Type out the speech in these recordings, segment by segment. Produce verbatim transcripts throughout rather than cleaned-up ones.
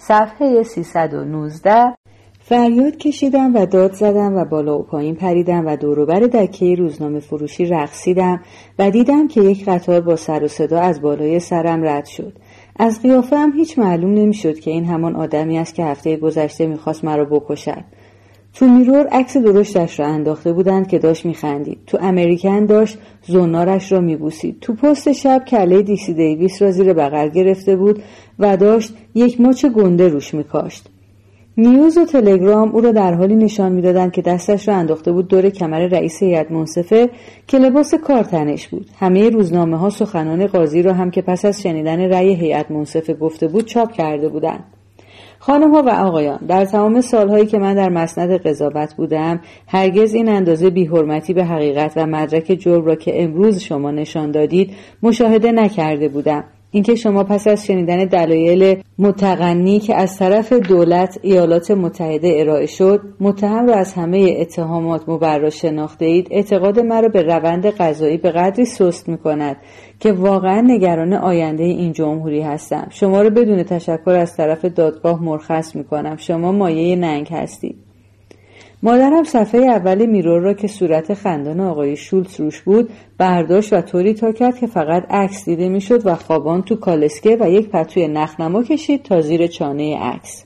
صفحه سیصد و نوزده. فریاد کشیدم و داد زدم و بالا و پایین پریدم و دوروبر دکه روزنامه فروشی رقصیدم و دیدم که یک قطار با سر و صدا از بالای سرم رد شد. از قیافه هم هیچ معلوم نمیشد که این همان آدمی است که هفته گذشته میخواست مرا بکشد. تو میرور عکس درشتش را انداخته بودند که داشت میخندید. تو امریکن داشت زنارش را میبوسید. تو پست شب کله دیسی دیویس را زیر بغل گرفته بود و داشت یک مچ گنده روش میکاشت. نیوز و تلگرام او را در حالی نشان میدادند که دستش را انداخته بود دور کمر رئیس هیئت منصفه که لباس کار تنش بود. همه روزنامه ها سخنان قاضی را هم که پس از شنیدن رأی هیئت منصفه گفته بود چاپ کرده بودند. خانم ها و آقایان، در تمام سالهایی که من در مسند قضاوت بودم هرگز این اندازه بی‌حرمتی به حقیقت و مدرک جرم را که امروز شما نشان دادید مشاهده نکرده بودم. اینکه شما پس از شنیدن دلایل متقنی که از طرف دولت ایالات متحده ارائه شد متهم را از همه اتهامات مبرا شناخته اید، اعتقاد مرا به روند قضایی به قدری سست می‌کند که واقعا نگران آینده این جمهوری هستم. شما را بدون تشکر از طرف دادگاه مرخص می‌کنم. شما مایه ننگ هستید. مادرم صفحه اول میرور را که صورت خندان آقای شولتز روش بود برداشت و طوری تا کرد که فقط عکس دیده میشد و خوابان تو کالسکه و یک پتوی نخنما کشید تا زیر چانه عکس.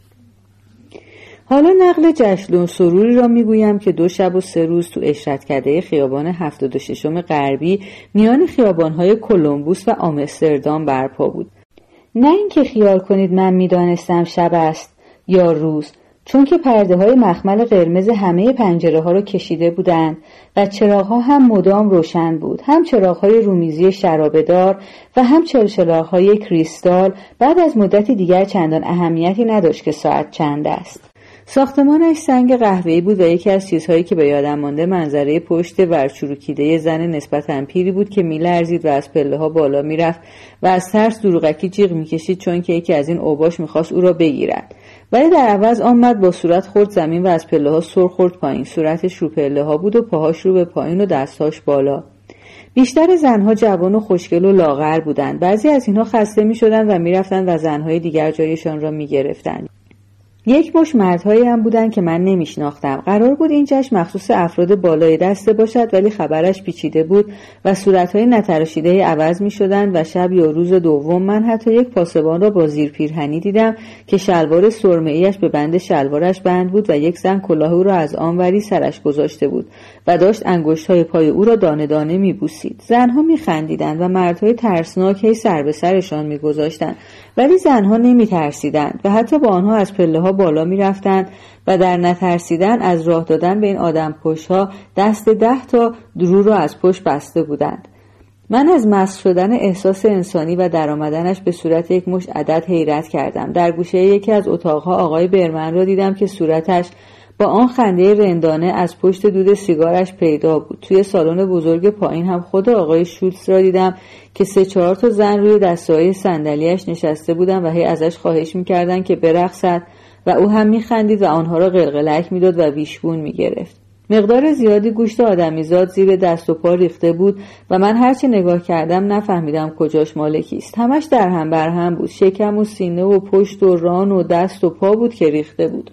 حالا نقل جشن و سروری را میگویم که دو شب و سه روز تو اشرتکده خیابان هفتاد و ششم غربی میان خیابان‌های کلمبوس و آمستردام برپا بود. نه اینکه خیال کنید من میدانستم شب است یا روز، چون که پرده های مخمل قرمز همه پنجره ها رو کشیده بودند و چراغ ها هم مدام روشن بود، هم چراغ های رومیزی شرابه‌دار و هم چلچراغ های کریستال. بعد از مدتی دیگر چندان اهمیتی نداشت که ساعت چند است. ساختمانش سنگ قهوه‌ای بود و یکی از چیزهایی که به یادم مانده منظره پشت ورچروکیده زن نسبتاً پیری بود که میلرزید و از پله‌ها بالا میرفت و از ترس دروغکی جیغ میکشید چون که یکی از این اوباش میخواست او را بگیرد، ولی در عوض آمد با صورت خورد زمین و از پله‌ها سر خورد پایین. صورتش رو پله‌ها بود و پاهاش رو به پایین و دستاش بالا. بیشتر زنها جوان و خوشگل و لاغر بودند. بعضی از اینها خسته میشدند و میرفتند و زنهای دیگر جایشان را میگرفتند. یک مش مردهایی هم بودن که من نمیشناختم. قرار بود این جشن مخصوص افراد بالای دسته باشد، ولی خبرش پیچیده بود و صورتهای نتراشیده عوض میشدند و شب یا روز دوم من حتی یک پاسبان را با زیر پیرهنی دیدم که شلوار سرمه‌ایش به بند شلوارش بند بود و یک زن کلاه او را از آنوری سرش گذاشته بود و داشت انگشت‌های پای او را دانه دانه میبوسید. زنها میخندیدند و مردهای ترسناک هی سر به سرشان میگذاشتند، ولی زنها نمیترسیدند و حتی با آنها از پله‌ها بالا میرفتند و در نترسیدن از راه دادن به این آدم کشها دست ده تا درو را از پشت بسته بودند. من از مست شدن احساس انسانی و در آمدنش به صورت یک مشت عدد حیرت کردم. در گوشه یکی از اتاقها آقای برمن را دیدم که صورتش با آن خنده رندانه از پشت دود سیگارش پیدا بود. توی سالن بزرگ پایین هم خود آقای شولتز را دیدم که سه چهار تا زن روی دسته‌های صندلیاش نشسته بودن و هی ازش خواهش می‌کردند که برقصد و او هم می‌خندید و آنها را قلقلک می‌داد و ویشبون می‌گرفت. مقدار زیادی گوشت آدمیزاد زیر دست و پا ریخته بود و من هرچی نگاه کردم نفهمیدم کجاش مال کیست. همش در هم بر هم بود. شکم و سینه و پشت و ران و دست و پا بود که ریخته بود.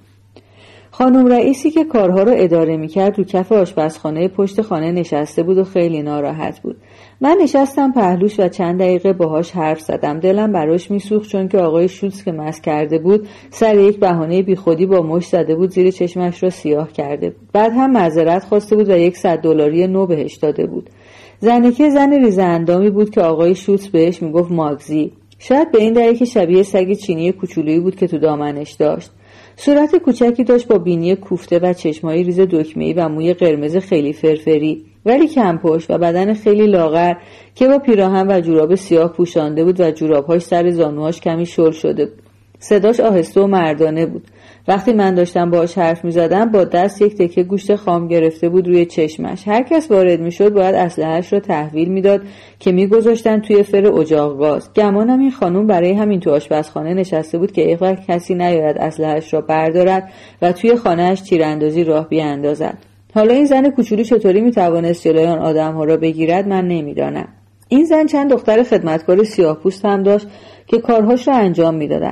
خانم رئیسی که کارها رو اداره میکرد رو کف آشپزخانه پشت خانه نشسته بود و خیلی ناراحت بود. من نشستم پهلوش و چند دقیقه باهاش حرف زدم. دلم براش میسوخت چون که آقای شولتز که مست کرده بود سر یک بهانه بیخودی با مشت زده بود زیر چشمش را سیاه کرده بود. بعد هم معذرت خواسته بود و یک صد دلاری نو بهش داده بود. زنکه زن ریزه اندامی بود که آقای شولتز بهش میگفت ماگزی. شاید به این دلیل که شبیه سگ چینی کوچولویی بود که تو دامنش داشت. صورت کوچکی داشت با بینی کوفته و چشمای ریز دکمه‌ای و موی قرمز خیلی فرفری ولی کم پشت و بدن خیلی لاغر که با پیراهن و جوراب سیاه پوشانده بود و جوراب‌هاش سر زانوهاش کمی شل شده بود. صداش آهسته و مردانه بود. وقتی من داشتم باهاش حرف می‌زدم با دست یک تکه گوشت خام گرفته بود روی چشمش. هر کس وارد می‌شد باید اسلحه‌اش رو تحویل میداد که می‌گذاشتن توی فر اجاق گاز. گمانم این خانم برای همین تو آشپزخانه نشسته بود که یک وقت کسی نیاید اسلحه‌اش را بردارد و توی خانه‌اش تیراندازی راه بیاندازد. حالا این زن کوچولو چطوری می‌توانست جلوی آن آدم‌ها را بگیرد من نمی‌دانم. این زن چند دختر خدمتکار سیاه‌پوست هم داشت که کارهاش را انجام می‌دادند.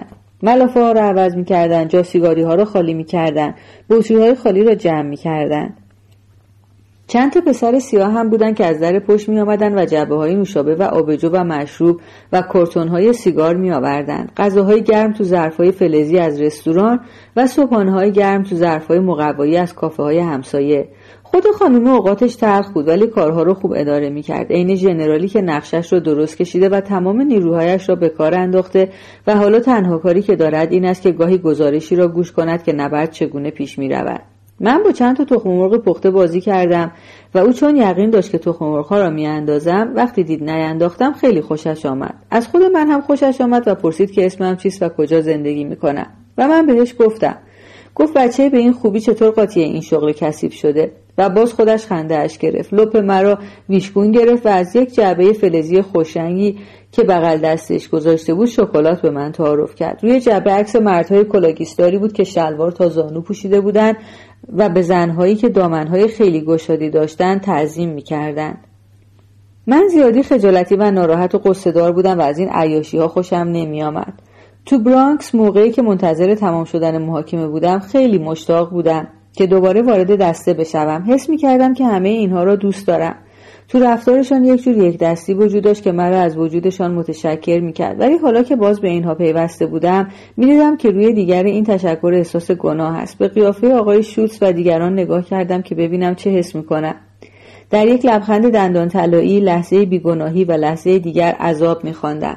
ملافه ها رو عوض می‌کردند، جا سیگاری ها رو خالی می‌کردند، بطری‌های خالی رو جمع می‌کردند. چند تا پسر سیاه هم بودن که از در پشت می آمدن و جعبه‌های نوشابه و آبجو و مشروب و کارتون‌های سیگار می آوردن. غذاهای گرم تو ظرف‌های فلزی از رستوران و صبحانه‌های گرم تو ظرف‌های مقوایی از کافه‌های همسایه. خود خانم اوقاتش تلخ بود ولی کارها رو خوب اداره می‌کرد. عین ژنرالی که نقشش رو درست کشیده و تمام نیروهایش را به کار انداخته و حالا تنها کاری که دارد این است که گاهی گزارشی را گوش کند که نبرد چگونه پیش می‌رود. من با چند تا تخم مرغ پخته بازی کردم و او چون یقین داشت که تخم مرغ‌ها را میاندازم، وقتی دید نیانداختم خیلی خوشش آمد. از خود من هم خوشش آمد و پرسید که اسمم چیست و کجا زندگی میکنم و من بهش گفتم. گفت بچه به این خوبی چطور قاطی این شغل کثیف شده؟ و باز خودش خنده اش گرفت. لپ مرا ویشگون گرفت و از یک جعبه فلزی خوشرنگی که بغل دستش گذاشته بود شکلات به من تعارف کرد. روی جعبه عکس مردهای کلاگیسداری بود که شلوار تا زانو پوشیده بودند و به زنهایی که دامنهای خیلی گشادی داشتند تعظیم می‌کردند. من زیادی خجالتی و ناراحت و غصه‌دار بودم و از این عیاشی‌ها خوشم نمی‌آمد. تو برانکس موقعی که منتظر تمام شدن محاکمه بودم خیلی مشتاق بودم که دوباره وارد دسته بشوم. حس می‌کردم که همه اینها را دوست دارم. تو رفتارشان یک جور یک دستی وجود داشت که مرا از وجودشان متشکر می‌کرد. ولی حالا که باز به اینها پیوسته بودم می‌دیدم که روی دیگر این تشکر احساس گناه است. به قیافه آقای شولتز و دیگران نگاه کردم که ببینم چه حس می‌کنم. در یک لبخند دندان طلایی لحظه بیگناهی و لحظه دیگر عذاب می‌خواندم.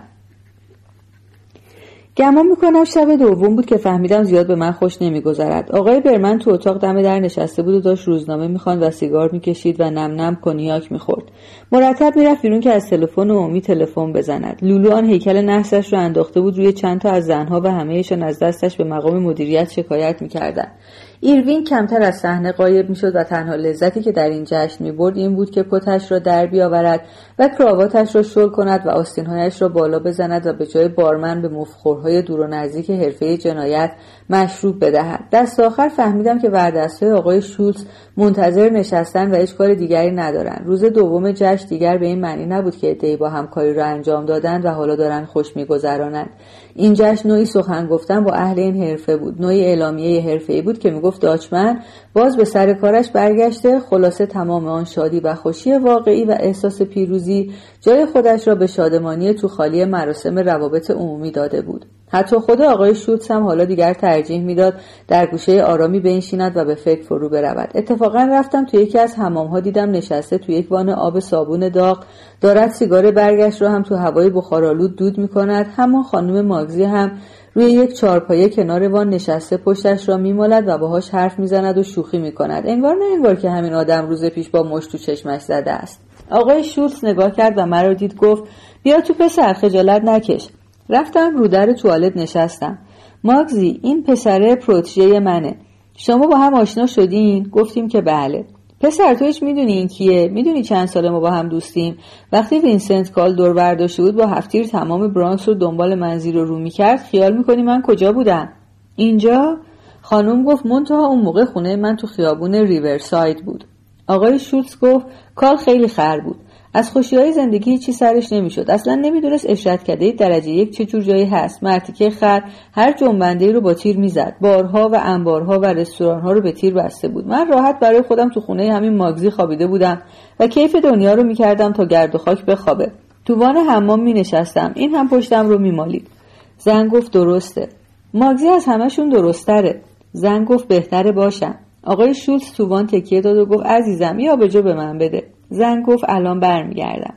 گمان میکنم شب دوم بود که فهمیدم زیاد به من خوش نمیگذرد. آقای برمن تو اتاق دم در نشسته بود و داشت روزنامه میخواند و سیگار میکشید و نم نم کنیاک میخورد. مرتب میرفت بیرون که از تلفن عمومی تلفن بزند. لولو آن هیکل نحسش رو انداخته بود روی چند تا از زنها و همه‌شان از دستش به مقام مدیریت شکایت میکردند. ایروین کمتر از صحنه غایب میشد و تنها لذتی که در این جشن میبرد این بود که کتش را در بیاورد و کراواتش را شل کند و آستینهایش را بالا بزند و به جای بارمن به مفخورهای دور و نزدیک حرفه جنایت مشروب بدهد. دست آخر فهمیدم که وردستهای آقای شولتز منتظر نشستن و هیچ کار دیگری ندارند. روز دوم جشن دیگر به این معنی نبود که عده‌ای با هم کاری را انجام دادند و حالا دارند خوش میگذرانند. این جشن نوعی سخن گفتن با اهل این حرفه بود، نوعی اعلامیه حرفه‌ای بود که میگفت داچمن باز به سر کارش برگشته. خلاصه تمام آن شادی و خوشی واقعی و احساس پیروزی جای خودش را به شادمانی تو خالی مراسم روابط عمومی داده بود. حتی خود آقای شولتز هم حالا دیگر ترجیح میداد در گوشه آرامی بنشیند و به فکر فرو برود. اتفاقا رفتم تو یکی از حمام‌ها دیدم نشسته تو یک وان آب صابون داغ دارد سیگار برگشت رو هم تو هوای بخارآلود دود می‌کند. همان خانم ماگزی هم روی یک چارپایه کنار وان نشسته پشتش را میمالد و باهاش حرف میزند و شوخی میکند. انگار نه انگار که همین آدم روز پیش با مشت تو چشمش زده است. آقای شولتز نگاه کرد و مرا دید. گفت بیا تو پسر، خجالت نکش. رفتم رو در توالت نشستم. ماگزی این پسره پروتژه منه. شما با هم آشنا شدین؟ گفتیم که بله. پسر تو هیچ میدونی این کیه؟ میدونی چند ساله ما با هم دوستیم؟ وقتی وینسنت کال دور برداشته بود با هفتیر تمام برانکس رو دنبال من زیر و رو میکرد، خیال میکنی من کجا بودم؟ اینجا؟ خانم گفت منتها اون موقع خونه من تو خیابون ریورساید بود. آقای شولتز گفت کال خیلی خر بود. از خوشی‌های زندگی چی سرش نمیشد. اصلا نمیدونست اشرتکده درجه یک چه جور جایی هست. مرتیکه خر هر جنبنده‌ای رو با تیر میزد. بارها و انبارها و رستوران‌ها رو به تیر بسته بود. من راحت برای خودم تو خونه همین ماگزی خوابیده بودم و کیف دنیا رو میکردم تا گرد و خاک بخوابه. تو وان حمام مینشستم. این هم پشتم رو میمالید. زن گفت درسته. ماگزی از همشون درستره. زن گفت بهتره باشم. آقای شولتز تو وان تکیه داد و گفت عزیزم یا به جا به من بده. زن گفت الان برمیگردم.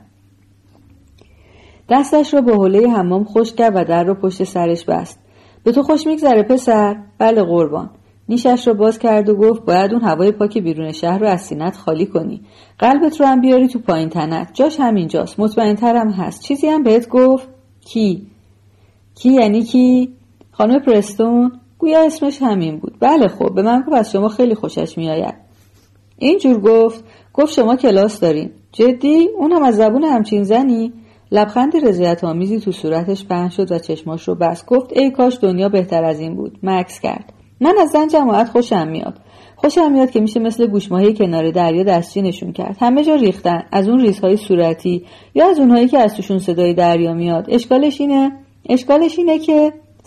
دستش رو با حوله حمام خشک کرد و در رو پشت سرش بست. به تو خوش میگذره پسر؟ بله قربان. نیشش رو باز کرد و گفت باید اون هوای پاک بیرون شهر رو از سینت خالی کنی. قلبت رو هم بیاری تو پایین تنت. جاش همینجاست. مطمئن‌تر هم هست. چیزی هم بهت گفت؟ کی؟ کی یعنی کی؟ خانم پرستون؟ گویا اسمش همین بود. بله خب به من گفت از شما خیلی خوشش میآید. اینجور گفت گفت شما کلاس دارین. جدی؟ اون هم از زبون همچین زنی؟ لبخند رضایت آمیزی تو صورتش پهن شد و چشماش رو بست. گفت ای کاش دنیا بهتر از این بود. مکث کرد. من از زن جماعت خوشم میاد. خوشم میاد که میشه مثل گوشماهی کنار دریا دستچی نشون کرد. همه جا ریختن، از اون ریزهای صورتی یا از اونهایی که از توشون صدای دریا میاد. اشکالش اینه اشکالش اینه که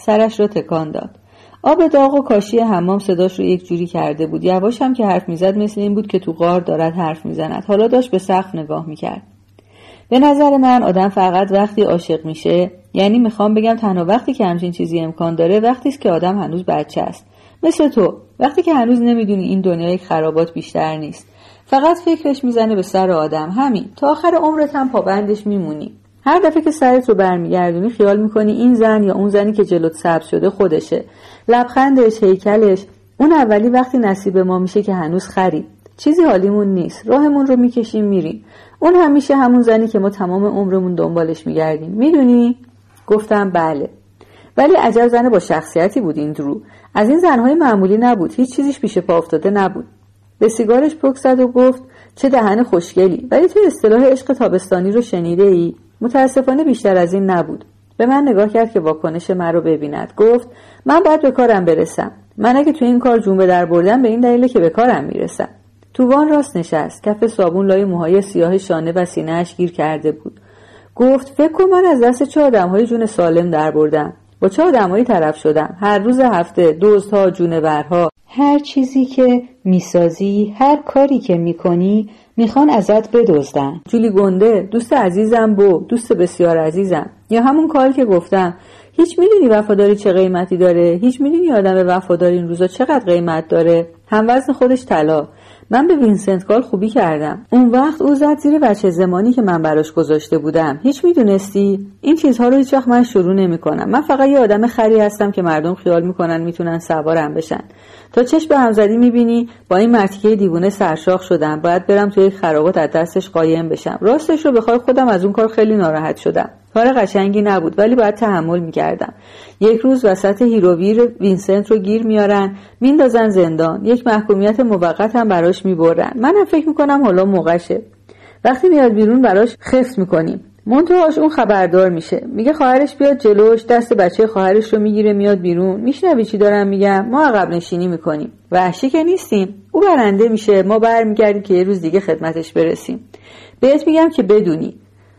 سرش را تکان داد. آب داغ و کاشی حمام صداش رو یک جوری کرده بود. یواش هم که حرف میزد مثل این بود که تو غار دارد حرف میزند. حالا داشت به سقف نگاه میکرد. به نظر من آدم فقط وقتی عاشق میشه، یعنی میخوام بگم تنها وقتی که همچین چیزی امکان داره وقتی است که آدم هنوز بچه است. مثل تو، وقتی که هنوز نمیدونی این دنیای خرابات بیشتر نیست. فقط فکرش میزنه به سر آدم، همین. تا آخر عمرت هم پابندش میمونی. هر دفعه که سرت رو برمیگردونی خیال میکنی این زن یا اون زنی که جلوت سبز شده خودشه. لبخندش، هیکلش. اون اولی وقتی نصیب ما میشه که هنوز خری. چیزی حالیمون نیست. راهمون رو میکشیم میریم. اون همیشه همون زنی که ما تمام عمرمون دنبالش میگردیم. میدونی؟ گفتم بله. ولی عجب زن با شخصیتی بود این درو. از این زنهای معمولی نبود. هیچ چیزیش پیش پا افتاده نبود. به سیگارش پک زد و گفت چه دهن خوشگلی. ولی تو اصطلاح عشق تابستانی رو شنیده ای؟ متاسفانه بیشتر از این نبود. به من نگاه کرد که واکنش من رو ببیند. گفت من باید به کارم برسم. من اگه تو این کار جون به در بردم به این دلیله که به کارم میرسم. تو وان راست نشست. کف صابون لای موهای سیاه شانه و سینه‌اش گیر کرده بود. گفت فکر کن من از دست چه آدم‌های جون سالم در بردم. با چه آدمایی طرف شدم. هر روز هفته دزدها، جونورها، هر چیزی که میسازی، هر کاری که میکنی میخوان ازت بدزدن. جولی گنده، دوست عزیزم بو، دوست بسیار عزیزم. یا همون کاری که گفتم. هیچ میدونی وفاداری چه قیمتی داره؟ هیچ میدونی آدم وفاداری این روزا چقدر قیمت داره؟ هم وزن خودش طلا. من به وینسنت کال خوبی کردم. اون وقت او زد زیر بچه زمانی که من براش گذاشته بودم. هیچ میدونستی؟ این چیزها رو هیچ وقت من شروع نمی‌کنم. من فقط یه آدم خری هستم که مردم خیال میکنن میتونن سوارم بشن. تا چشم به همزدی میبینی با این مرتیکه دیوونه سرشاخ شدم. باید برم توی خرابات از دستش قایم بشم. راستش رو بخوای خودم از اون کار خیلی ناراحت شدم. کار قشنگی نبود ولی باید تحمل میکردم. یک روز وسط هیروویر وینسنت رو گیر میارن، میندازن زندان، یک محکومیت موقت هم براش میبرن. منم فکر میکنم حالا موقعشه. وقتی میاد بیرون براش خفت میکنیم. منتهاش اون خبردار میشه، میگه خواهرش بیاد جلوش، دست بچه خواهرش رو میگیره میاد بیرون. میشنوی چی دارم میگم؟ ما عقب نشینی میکنیم. وحشی که نیستیم. او برنده میشه، ما برمیگردیم که یه روز دیگه خدمتش برسیم. بهت میگم که بدونی.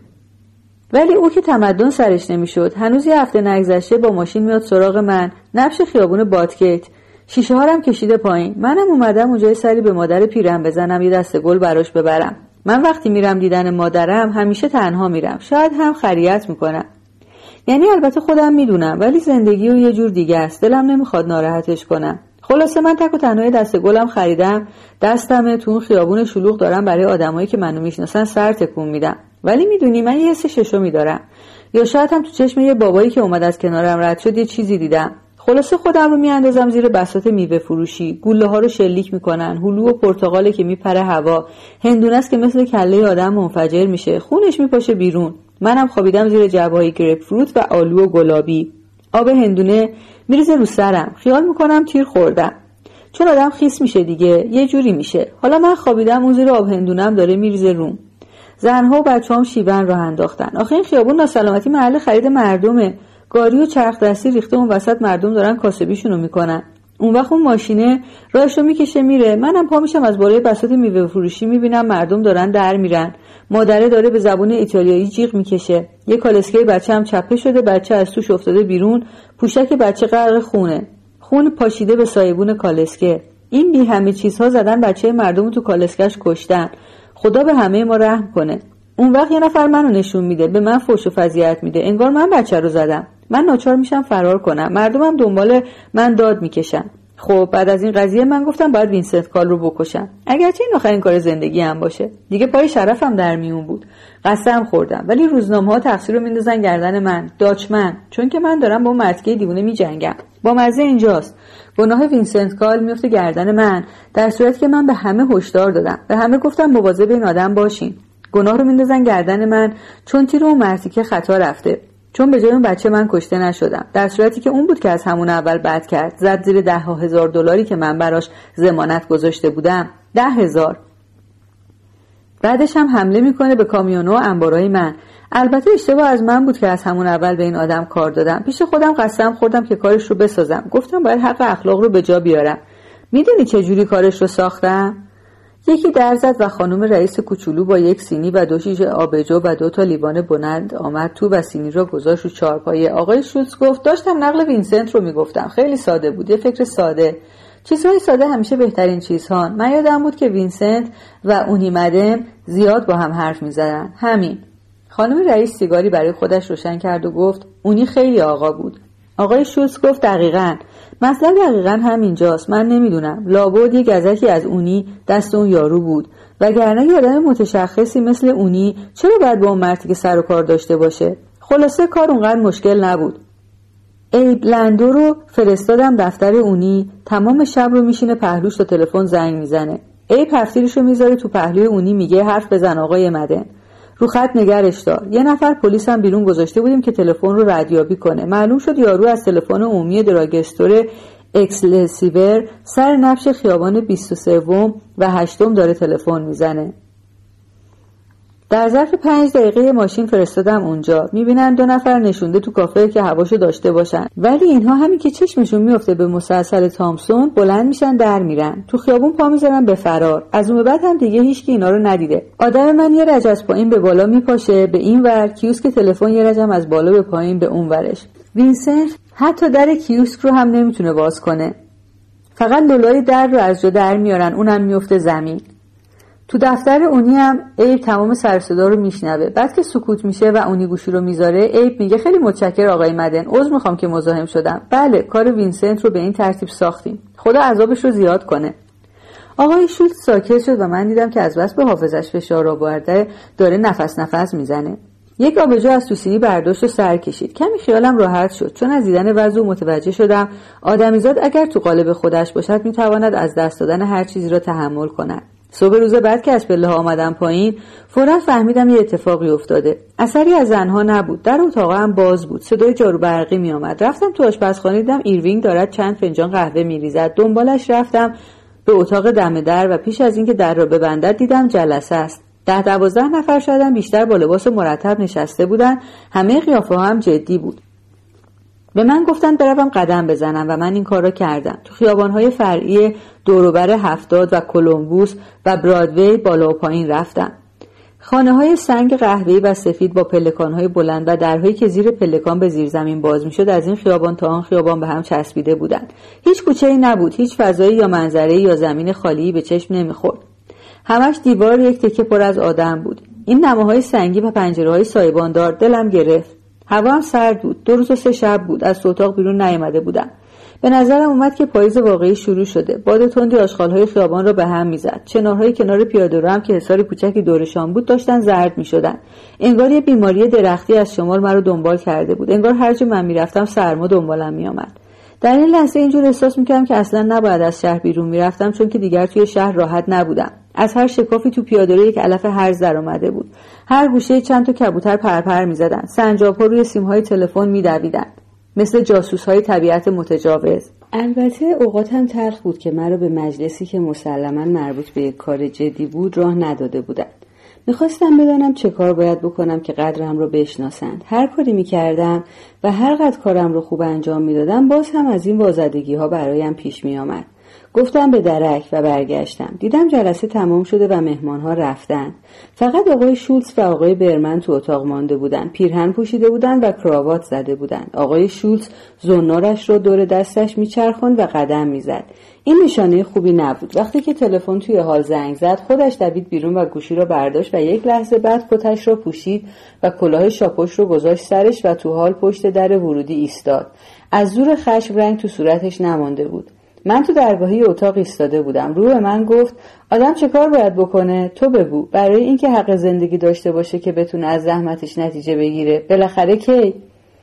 ولی او که تمدن سرش نمیشد. هنوز یه هفته نگذشته با ماشین میاد سراغ من، نبش خیابون بادگیت. شیشه هارم کشیده پایین. منم اومدم اونجای سری به مادر پیرم بزنم یه دسته گل براش ببرم. من وقتی میرم دیدن مادرم همیشه تنها میرم. شاید هم خریت میکنم. یعنی البته خودم میدونم ولی زندگی رو یه جور دیگه است. دلم نمیخواد ناراحتش کنم. خلاصه من تک و تنهای دسته گلم خریدم. دستمه تو اون خیابون شلوغ دارم برای آدمایی که منو میشناسن سر تکون میدم. ولی میدونی من یه حس ششمی دارم. یا شاید هم تو چشم یه بابایی که اومد از کنارم رد شد یه چیزی دیدم. خلاصه خودم رو میاندازم زیر بساط میوه فروشی. گوله ها رو شلیک میکنن. هلو و پرتقاله که میپره هوا. هندونه است که مثل کله آدم منفجر میشه. خونش میپاشه بیرون. منم خوابیدم زیر جوهای گریپ فروت و آلو و گلابی. آب هندونه میریزه رو سرم. خیال میکنم تیر خوردم. چون آدم خیس میشه دیگه، یه جوری میشه. حالا من خوابیدم اون زیر آب هندونم داره میریزه روم. زنها و بچه‌هام شیون راه انداختن. آخه این خیابون ناسلامتی محل خرید مردمه. گاری و چرخ دستی ریخته اون وسط، مردم دارن کاسبیشونو میکنن. اون وقت اون ماشینه راهشو میکشه میره. منم پا میشم از بالای بساط میوه فروشی میبینم مردم دارن در میرن. مادره داره به زبون ایتالیایی جیغ میکشه. یه کالسکه بچه هم چپه شده، بچه از توش افتاده بیرون. پوشک بچه غرق خونه. خون پاشیده به سایبون کالسکه. این بی همه چیزها زدن بچه مردم تو کالسکش کشتن. خدا به همه ما رحم کنه. اون وقت یه نفر منو نشون میده، به من فحش و فضیحت میده، انگار من بچه رو زدم. من ناچار میشم فرار کنم. مردمم دنبال من داد میکشن. خب بعد از این قضیه من گفتم باید وینسنت کال رو بکشم. اگرچه این آخرین کار زندگی هم باشه. دیگه پای شرفم در میون بود. قسم خوردم. ولی روزنامه‌ها تقصیر رو میندازن گردن من، داچمن، چون که من دارم با اون مرتیکه دیوونه میجنگم. با مزه اینجاست. گناه وینسنت کال میفته گردن من، در صورتی که من به همه هشدار دادم. به همه گفتم مواظب این آدم باشین. گناه رو میندازن گردن من چون تیر اون مرتیکه خطا رفته. چون به جای اون بچه من کشته نشدم، در صورتی که اون بود که از همون اول بد کرد. زد زیر ده ها هزار دلاری که من براش ضمانت گذاشته بودم. ده هزار. بعدش هم حمله میکنه به کامیونو و انبارای من. البته اشتباه از من بود که از همون اول به این آدم کار دادم. پیش خودم قسم خوردم که کارش رو بسازم. گفتم باید حق اخلاق رو به جا بیارم. میدونی چه جوری کارش رو ساختم؟ یکی در زد و خانم رئیس کوچولو با یک سینی و دو شیشه آبجو و دو تا لیوان بلند آمد تو و سینی را گذاشت رو چهارپایه. آقای شولتز گفت داشتم نقل وینسنت رو میگفتم. خیلی ساده بود، یه فکر ساده. چیزهای ساده همیشه بهترین چیزهان. من یادم بود که وینسنت و اونی مدن زیاد با هم حرف میزدن. همین. خانم رئیس سیگاری برای خودش روشن کرد و گفت اونی خیلی آقا بود. آقای شولتز گفت دقیقاً. مثلا دقیقاً همینجاست. من نمیدونم. لابد یه گزکی از اونی دست اون یارو بود. وگرنه یه آدم متشخصی مثل اونی چرا باید با اون مردی که سر و کار داشته باشه؟ خلاصه کار اونقدر مشکل نبود. ایب لندو رو فرستادم دفتر اونی. تمام شب رو میشینه پهلوش تا تلفن زنگ میزنه. ایب هفتیرشو میذاره تو پهلوی اونی، میگه حرف بزن آقای مدن. رو خط نگرش دار. یه نفر پلیس هم بیرون گذاشته بودیم که تلفن رو ردیابی کنه. معلوم شد یارو از تلفن عمومی دراگستور اکسلسیور سر نبش خیابان بیست و سه و هشتم داره تلفن میزنه. در ظرف پنج دقیقه ماشین فرستادم اونجا. میبینن دو نفر نشونده تو کافه که هواشو داشته باشن، ولی اینها همین که چشمشون میفته به مسلسل تامسون بلند میشن در میرن. تو خیابون پا میذارن به فرار. از اون به بعد هم دیگه هیچکی اینا رو ندیده. آدم من یه رج از پایین به بالا میپاشه به این ور، کیوسک تلفن یه رجم از بالا به پایین به اون ورش. وینسنت حتی در کیوسک رو هم نمیتونه باز کنه. فقط لولای در رو از جا در میارن، اونم میفته زمین. تو دفتر اونی هم ایب تمام سر صدا رو میشنوه. بعد که سکوت میشه و اونی گوشی رو میذاره، ایب میگه خیلی متشکرم آقای مدن. عذر میخوام که مزاحم شدم. بله، کار وینسنت رو به این ترتیب ساختیم. خدا عذابش رو زیاد کنه. آقای شولتز ساکت شد و من دیدم که از بس به حافظش فشار آورده داره نفس نفس میزنه. یک آبجو از تو سینی برداشت و سر کشید. کمی خیالم راحت شد، چون از دیدن وضع متوجه شدم آدمیزاد اگر تو قالب خودش باشد میتواند از دست دادن هر چیزی را تحمل کند. صبح روز بعد که از پله ها آمدم پایین، فوراً فهمیدم یه اتفاقی افتاده. اثری از زنها نبود. در اتاق هم باز بود. صدای جارو برقی می آمد. رفتم تو آشپزخانه، دیدم ایروینگ دارد چند فنجان قهوه می‌ریزد. دنبالش رفتم به اتاق دم در و پیش از اینکه در را ببندد دیدم جلسه است. ده دوازده نفر شدن، بیشتر با لباس مرتب نشسته بودن. همه قیافه ها هم جدی بود. به من گفتن بروم قدم بزنم و من این کار را کردم. تو خیابان‌های فرعی دوروبر هفتاد و کلمبوس و برادوی بالا و پایین رفتم. خانه‌های سنگ قهوه‌ای و سفید با پلکان‌های بلند و درهایی که زیر پلکان به زیر زمین باز می‌شد از این خیابان تا آن خیابان به هم چسبیده بودند. هیچ کوچه‌ای نبود، هیچ فضایی یا منظره‌ای یا زمین خالی به چشم نمی‌خورد. همش دیوار یک تکه پر از آدم بود. این نماهای سنگی و پنجره‌های سایباندار دلم گرفت. هوا هم سرد بود. دو روز و سه شب بود از اتاق بیرون نیامده بودم. به نظرم اومد که پاییز واقعی شروع شده. باد تندی آشغال‌های خیابان را به هم می‌زد. چنارهای کنار پیاده‌رو هم که حصار کوچکی دورشان بود داشتن زرد می‌شدن. انگار یه بیماری درختی از شمال مرا دنبال کرده بود. انگار هر جا من می‌رفتم سرما دنبالم می‌آمد. در این لحظه اینجور احساس می‌کردم که اصلاً نباید از شهر بیرون می‌رفتم، چون که دیگر توی شهر راحت نبودم. از هر شکافی تو پیاده‌رو یک علف هرز در اومده بود. هر گوشه چند تا کبوتر پرپر می‌زدن. سنجاب‌ها روی سیم‌های تلفن می‌دویدن، مثل جاسوس‌های طبیعت متجاوز. البته اوقاتم تلخ بود که مرا به مجلسی که مسلماً مربوط به یک کار جدی بود راه نداده بودند. میخواستم بدانم چه کار باید بکنم که قدرم رو بشناسند. هر کاری میکردم و هر قدر کارم رو خوب انجام میدادم باز هم از این وازدگی ها برایم پیش میآمد. گفتم به درک و برگشتم. دیدم جلسه تمام شده و مهمان ها رفتن. فقط آقای شولتز و آقای برمن تو اتاق مانده بودند. پیرهن پوشیده بودند و کراوات زده بودند. آقای شولتز زنارش رو دور دستش میچرخاند و قدم میزد. این نشانه خوبی نبود. وقتی که تلفن توی حال زنگ زد خودش دوید بیرون و گوشی رو برداشت و یک لحظه بعد کتش رو پوشید و کلاه شاپوش رو گذاشت سرش و تو حال پشت در ورودی ایستاد. از زور خشم رنگ تو صورتش نمانده بود. من تو درگاهی اتاق ایستاده بودم. رو به من گفت آدم چه کار باید بکنه؟ تو بگو. برای اینکه حق زندگی داشته باشه که بتونه از زحمتش نتیجه بگیره. بالاخره کی؟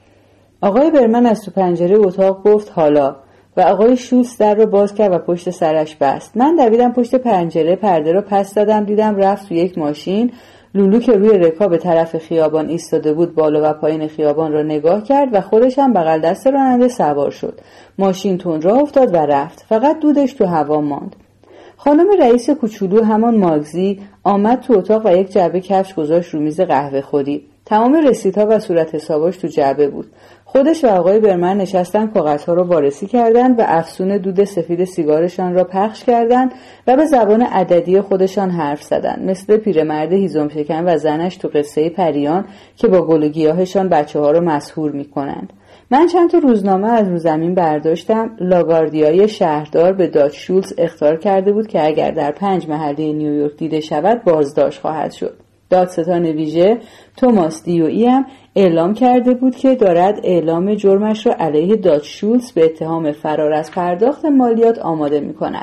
آقای برمن از تو پنجره اتاق گفت حالا، و آقای شولتز در رو باز کرد و پشت سرش بست. من دویدم پشت پنجره، پرده رو پس دادم، دیدم رفت تو یک ماشین. لولو که روی رکاب طرف خیابان ایستاده بود بالا و پایین خیابان را نگاه کرد و خودش هم بغل دست راننده سوار شد. ماشین تون راه افتاد و رفت. فقط دودش تو هوا ماند. خانم رئیس کوچولو، همان ماگزی، آمد تو اتاق و یک جعبه کفش گذاشت رو میز قهوه خوری. تمام رسیدها و صورت حساباش تو جعبه بود. خودش و آقای برمن نشستن کاغذها رو وارسی کردند و افسون دود سفید سیگارشان را پخش کردند و به زبان عددی خودشان حرف زدند، مثل پیرمرد هیزم شکن و زنش تو قصه پریان که با گل و گیاهشان بچه‌ها رو مسحور می‌کنند. من چند تا روزنامه از رو زمین برداشتم. لاگاردیای شهردار به داچ شولز اخطار کرده بود که اگر در پنج محله نیویورک دیده شود بازداشت خواهد شد. دادستان ویژه توماس دیوئی هم اعلام کرده بود که دارد اعلام جرمش را علیه داچ شولز به اتهام فرار از پرداخت مالیات آماده می کند.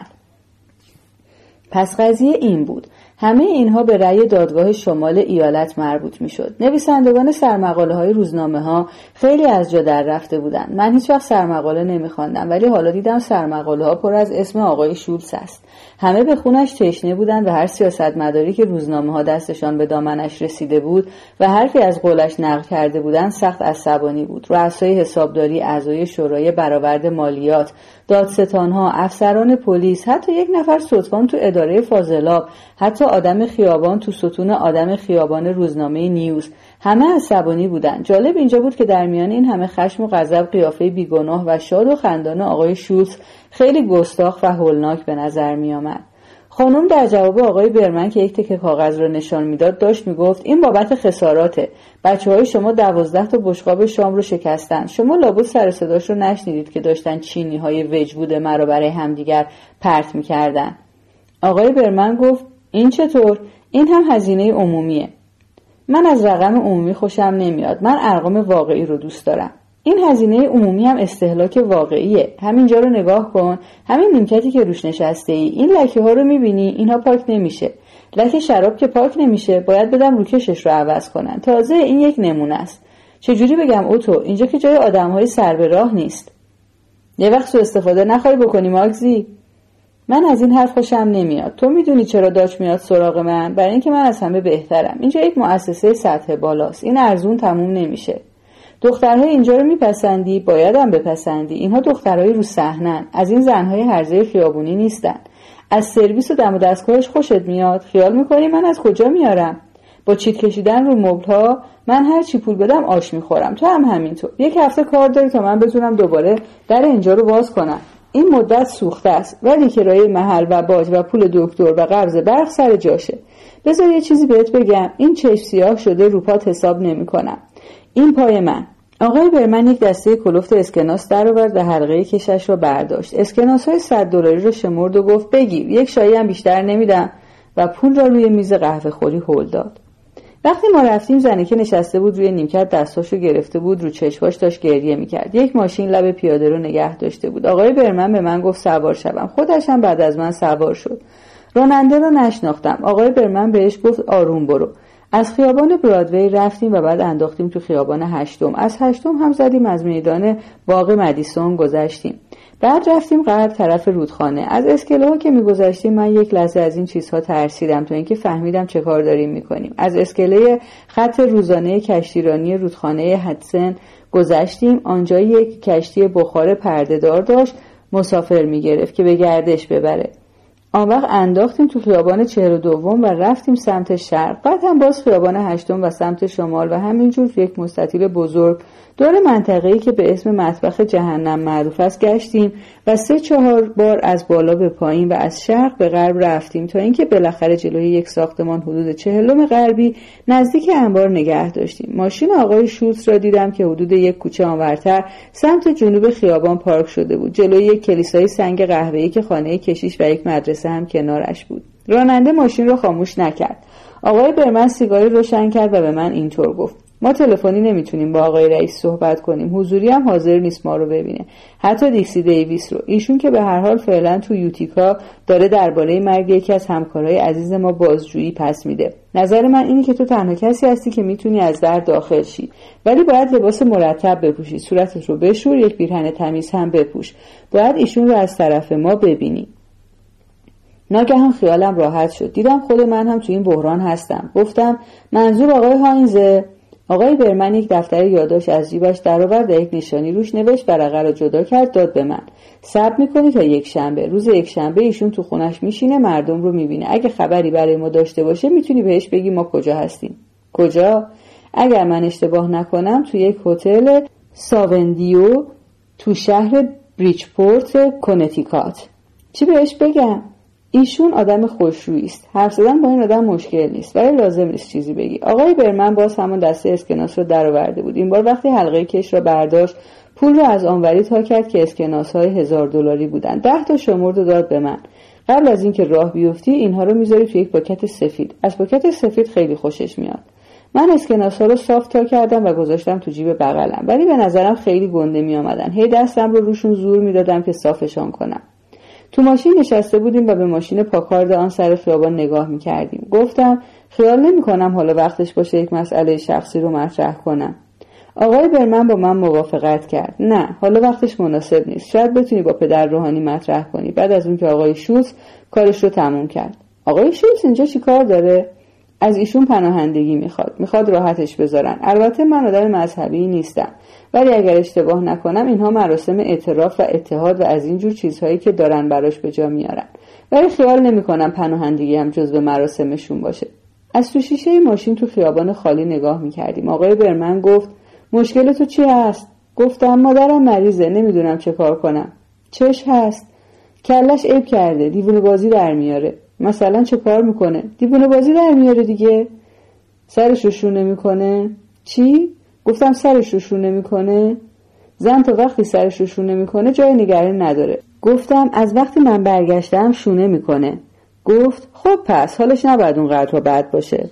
پس قضیه این بود. همه اینها به رأی دادگاه شمال ایالت مربوط می شد. نویسندگان سرمقاله های روزنامه ها خیلی از جا در رفته بودند. من هیچ وقت سرمقاله نمی خواندم، ولی حالا دیدم سرمقاله ها پر از اسم آقای شولز است. همه به خونش تشنه بودند و هر سیاستمداری که روزنامه ها دستشان به دامنش رسیده بود و حرفی از قولش نقل کرده بودند سخت عصبانی بود. رؤسای حسابداری، اعضای شورای برآورد مالیات، دادستانها، افسران پلیس، حتی یک نفر ستوان تو اداره فاضلاب، حتی آدم خیابان تو ستون آدم خیابان روزنامه نیوز، همه عصبانی بودند. جالب اینجا بود که در میان این همه خشم و غضب قیافه بیگناه و شاد و خندان آقای شولز خیلی گستاخ و هولناک به نظر می آمد. خانم در جواب آقای برمن که یک تکه کاغذ را نشان میداد داشت میگفت این بابت خساراته. بچه‌های شما دوازده تا بشقاب شام رو شکستن. شما لابد سر صداش رو نشنیدید که داشتن چینی‌های وجود مرا برای همدیگر پرت می‌کردن. آقای برمن گفت این چطور؟ این هم هزینه عمومیه. من از رقم عمومی خوشم نمیاد. من ارقام واقعی رو دوست دارم. این هزینه عمومی هم استهلاک واقعیه. همینجا رو نگاه کن. همین نیمکتی که روش نشسته ای، این لکه ها رو میبینی؟ اینها پاک نمیشه. لکه شراب که پاک نمیشه، باید بدم روکشش رو عوض کنن. تازه این یک نمونه است. چجوری بگم اوتو؟ اینجا که جای آدم‌های سر به راه نیست. یه وقت سوء استفاده نخوای بکنی ماگزی؟ من از این حرف خوشم نمیاد. تو میدونی چرا داچ میاد سراغ من؟ برای اینکه من از همه بهترم. اینجا یک مؤسسه سطح بالاست. این ارزون تموم نمیشه. دخترهای اینجا رو میپسندی، بایدم بپسندی. اینها دخترهای رو صحنن. از این زنهای هرزه خیابونی نیستن. از سرویس و دم و دستگاهش خوشت میاد؟ خیال میکنی من از کجا میارم؟ با چیت کشیدن رو مبل‌ها من هر چی پول بدم آش میخورم. تو هم همینطور. یک هفته کار داری تا من بتونم دوباره در اینجا رو باز کنم. این مدت سوخته است، ولی کرایه محل و باج و پول دکتر و قرض برق سر جاشه. بذار یه چیزی بهت بگم، این چشم سیاه شده رو پات حساب نمی‌کنم. این پای من. آقای برمن یک دسته کلفت اسکناس در آورد و حلقه کشش رو برداشت. اسکناس‌های صد دلاری رو شمرد و گفت بگیر، یک شایی هم بیشتر نمیدم و پول را روی میز قهوه خوری هل داد. وقتی ما رفتیم زنی که نشسته بود روی نیمکت دستاشو گرفته بود، رو چشماش داشت گریه میکرد. یک ماشین لب پیاده رو نگه داشته بود. آقای برمن به من گفت سوار شوم. خودش هم بعد از من سوار شد. راننده رو نشناختم. آقای برمن بهش گفت آروم برو. از خیابان برادوی رفتیم و بعد انداختیم تو خیابان هشتم. از هشتم هم زدیم از میدان باغ مدیسون گذشتیم. بعد رفتیم غرب طرف رودخانه. از اسکله ها که میگذشتیم من یک لحظه از این چیزها ترسیدم تا اینکه فهمیدم چه کار داریم میکنیم. از اسکله خط روزانه کشتیرانی رودخانه هدسن گذشتیم. آنجا یک کشتی بخار پرده‌دار داشت مسافر میگرفت که به گردش ببره. آن وقت انداختیم تو خیابان چهل و دوم و رفتیم سمت شرق. بعد هم باز خیابان هشتم و سمت شمال و همینجور یک مستطیل بزرگ دور منطقه‌ای که به اسم مطبخ جهنم معروف است گشتیم و سه چهار بار از بالا به پایین و از شرق به غرب رفتیم تا اینکه بالاخره جلوی یک ساختمان حدود چهلم غربی نزدیک انبار نگه داشتیم. ماشین آقای شولز را دیدم که حدود یک کوچه آنورتر سمت جنوب خیابان پارک شده بود، جلوی یک کلیسای سنگ قهوه‌ای که خانه کشیش و یک مدرسه هم کنارش بود. راننده ماشین را خاموش نکرد. آقای برمن سیگاری روشن کرد و به من اینطور گفت: ما تلفنی نمیتونیم با آقای رئیس صحبت کنیم. حضوری هم حاضر نیست ما رو ببینه. حتی دیکسی دیویس رو. ایشون که به هر حال فعلا تو یوتیکا داره درباره مرگ یکی از همکارای عزیز ما بازجویی پس میده. نظر من اینه که تو تنها کسی هستی که میتونی از در داخل شی. ولی باید لباس مرتب بپوشی. صورتت رو بشور، یک پیرهن تمیز هم بپوش. باید ایشون رو از طرف ما ببینی. ناگهان خیالم راحت شد. دیدم خود من هم تو این بحران هستم. گفتم منظور آقای هاینزه؟ آقای برمن یک دفتر یادداشت از جیبش درآورد و یک نشانی روش نوشت، ورقه رو جدا کرد داد به من. صبر می‌کنی تا یک شنبه. روز یک شنبه ایشون تو خونش میشینه، مردم رو میبینه. اگه خبری برای ما داشته باشه میتونی بهش بگی ما کجا هستیم. کجا؟ اگر من اشتباه نکنم تو یک هتل ساوندیو تو شهر بریجپورت کنتیکات. چی بهش بگم؟ ایشون آدم خوشرویی است. حرف زدن با این آدم مشکل نیست، ولی لازم نیست چیزی بگی. آقای برمن باز همون دسته اسکناس رو درآورده بود. این بار وقتی حلقه کش را برداشت، پول رو از آنوری تا کرد که اسکناس‌های هزار دلاری بودن. ده تا شمرد و داد به من. قبل از اینکه راه بیفتی اینها رو میذاری تو یک پاکت سفید. از پاکت سفید خیلی خوشش میاد. من اسکناس‌ها رو صاف تا کردم و گذاشتم تو جیب بغلم، ولی به نظرم خیلی گنده می اومدن. هی دستم رو روشون زور میدادم که صافشان کنم. تو ماشین نشسته بودیم و به ماشین پاکارد آن سر خیابان نگاه می‌کردیم. گفتم خیال نمی‌کنم حالا وقتش باشه یک مسئله شخصی رو مطرح کنم. آقای برمن با من موافقت کرد. نه، حالا وقتش مناسب نیست. شاید بتونی با پدر روحانی مطرح کنی. بعد از اون که آقای شولز کارش رو تموم کرد. آقای شولز اینجا چی کار داره؟ از ایشون پناهندگی میخواد. میخواد راحتش بذارن. البته من آدم مذهبی نیستم، ولی اگر اشتباه نکنم اینها مراسم اعتراف و اتحاد و از اینجور چیزهایی که دارن براش به جا میارن. ولی خیال نمیکنم پناهندگی هم جزو مراسمشون باشه. از تو شیشه ماشین تو خیابان خالی نگاه میکردیم. آقای برمن گفت مشکل تو چی هست؟ گفتم مادرم مریضه، نمیدونم چه کار کنم. چش هست؟ کلش عیب کرده، دیوونه بازی در میاره. مثلا چه کار میکنه؟ دیوونه بازی در میاره دیگه. سرش رو شونه میکنه. چی؟ گفتم سرش رو شونه میکنه. زن تا وقتی سرش رو شونه میکنه جای نگرانی نداره. گفتم از وقتی من برگشتم شونه میکنه. گفت خب پس حالش نباید اونقدر بد باشه.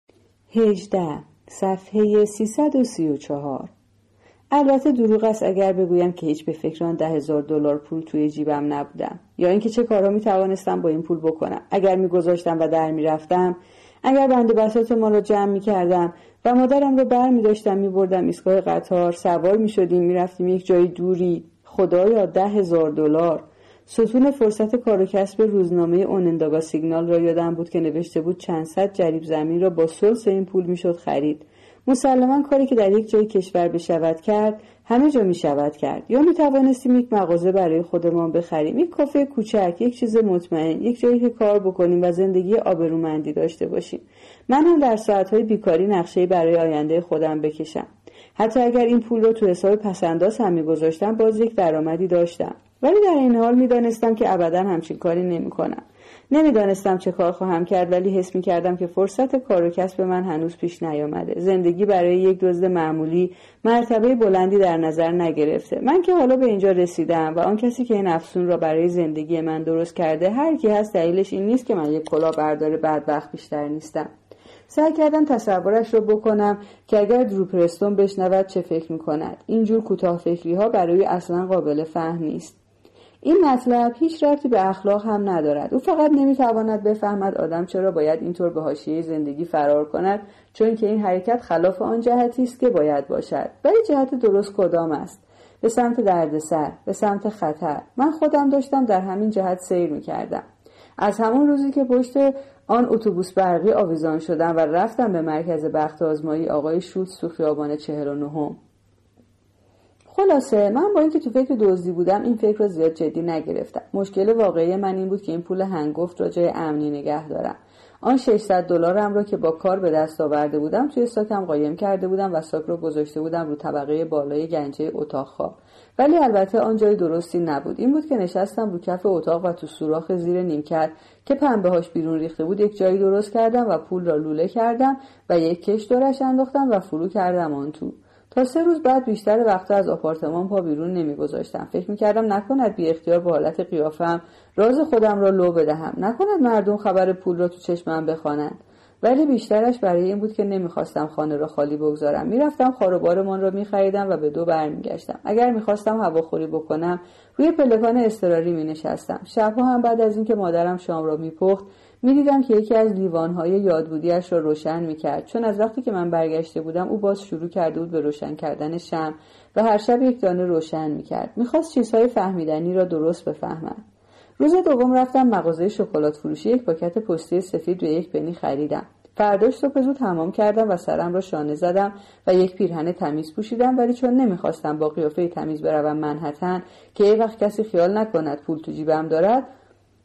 هجده صفحه سیصد و سی و چهار. البته دروغ است اگر بگویم که هیچ به فکر آن ده هزار دلار پول توی جیبم نبودم، یا اینکه چه کارها می توانستم با این پول بکنم. اگر می گذاشتم و در می رفتم، اگر بند و بساط ما را جمع می کردم و مادرم را بر می داشتم می بردم ایستگاه قطار، سوار می شدیم می رفتیم یک جای دوری. خدایا ده هزار دلار. ستون فرصت کار و کسب روزنامه اوننداگا سیگنال را یادم بود که نوشته بود چند صد جریب زمین را با ثلث این پول می شد خرید. مسلماً کاری که در یک جای کشور بشود کرد همه جا می شود کرد. یا می توانستیم یک مغازه برای خودمان بخریم، یک کافه کوچک، یک چیز مطمئن، یک جایی که کار بکنیم و زندگی آبرومندی داشته باشیم. من هم در ساعتهای بیکاری نقشه‌ای برای آینده خودم بکشم. حتی اگر این پول را تو حساب پسنداز هم می‌گذاشتم باز یک درآمدی داشتم. ولی در این حال می‌دانستم که ابداً همچین کاری نمی‌کنم. نمیدانستم چه کار خواهم کرد، ولی حس می‌کردم که فرصت کار و کسب من هنوز پیش نیامده. زندگی برای یک دزد معمولی مرتبه بلندی در نظر نگرفته. من که حالا به اینجا رسیدم و آن کسی که این افسون را برای زندگی من درست کرده هر کی هست، دلیلش این نیست که من یک کلاهبردار بدبخت بیشتر نیستم. سعی کردم تصورش رو بکنم که اگر درو پرستون بشنود چه فکر می‌کند. اینجور کوتاه فکری‌ها برای اصلا قابل فهم نیست. این مطلب هیچ ربطی به اخلاق هم ندارد. او فقط نمیتواند بفهمد آدم چرا باید اینطور به حاشیه زندگی فرار کند، چون که این حرکت خلاف آن جهتی است که باید باشد. ولی جهت درست کدام است؟ به سمت دردسر، به سمت خطر. من خودم داشتم در همین جهت سیر میکردم. از همون روزی که پشت آن اتوبوس برقی آویزان شدم و رفتم به مرکز بخت آزمایی آقای شولز تو خیابان چهل و نهم. خلاصه من با اینکه تو فکر دزدی بودم این فکر رو زیاد جدی نگرفتم. مشکل واقعی من این بود که این پول هنگفت را جای امنی نگه دارم. آن ششصد دلارم را که با کار به دست آورده بودم توی ساکم قایم کرده بودم و ساک رو گذاشته بودم رو طبقه بالای گنجه اتاق خواب. ولی البته آن جای درستی نبود. این بود که نشستم رو کف اتاق و تو سوراخ زیر نیمکت که پنبه هاش بیرون ریخته بود یک جایی درست کردم و پول را لوله کردم و یک کش دورش انداختم و فرو کردم آن تو. تا سه روز بعد بیشتر وقتا از آپارتمان پا بیرون نمیگذاشتم. فکر میکردم نکند بی اختیار با حالت قیافم راز خودم را لو بدهم، نکند مردم خبر پول را تو چشمم بخوانند. ولی بیشترش برای این بود که نمیخواستم خانه را خالی بگذارم. میرفتم خاروبارمان را میخریدم و به دو برمیگشتم. اگر میخواستم هواخوری بکنم روی پلکان اضطراری مینشستم. شبها هم بعد از اینکه مادرم شام را میپخت میدیدم که یکی از لیوانهای یادبودیش را روشن میکرد، چون از وقتی که من برگشته بودم او باز شروع کرده بود به روشن کردن شمع و هر شب یک دانه روشن میکرد. میخواست چیزهای فهمیدنی را درست بفهمد. روز دوم رفتم مغازه شکلات فروشی، یک پاکت پستی سفید و یک پنی خریدم. فرداش صبح زود حمام کردم و سرم را شانه زدم و یک پیرهن تمیز پوشیدم، ولی چون نمیخواستم با قیافه تمیز بروم منهتن که یک وقت کسی خیال نکند پول تو جیبم دارد،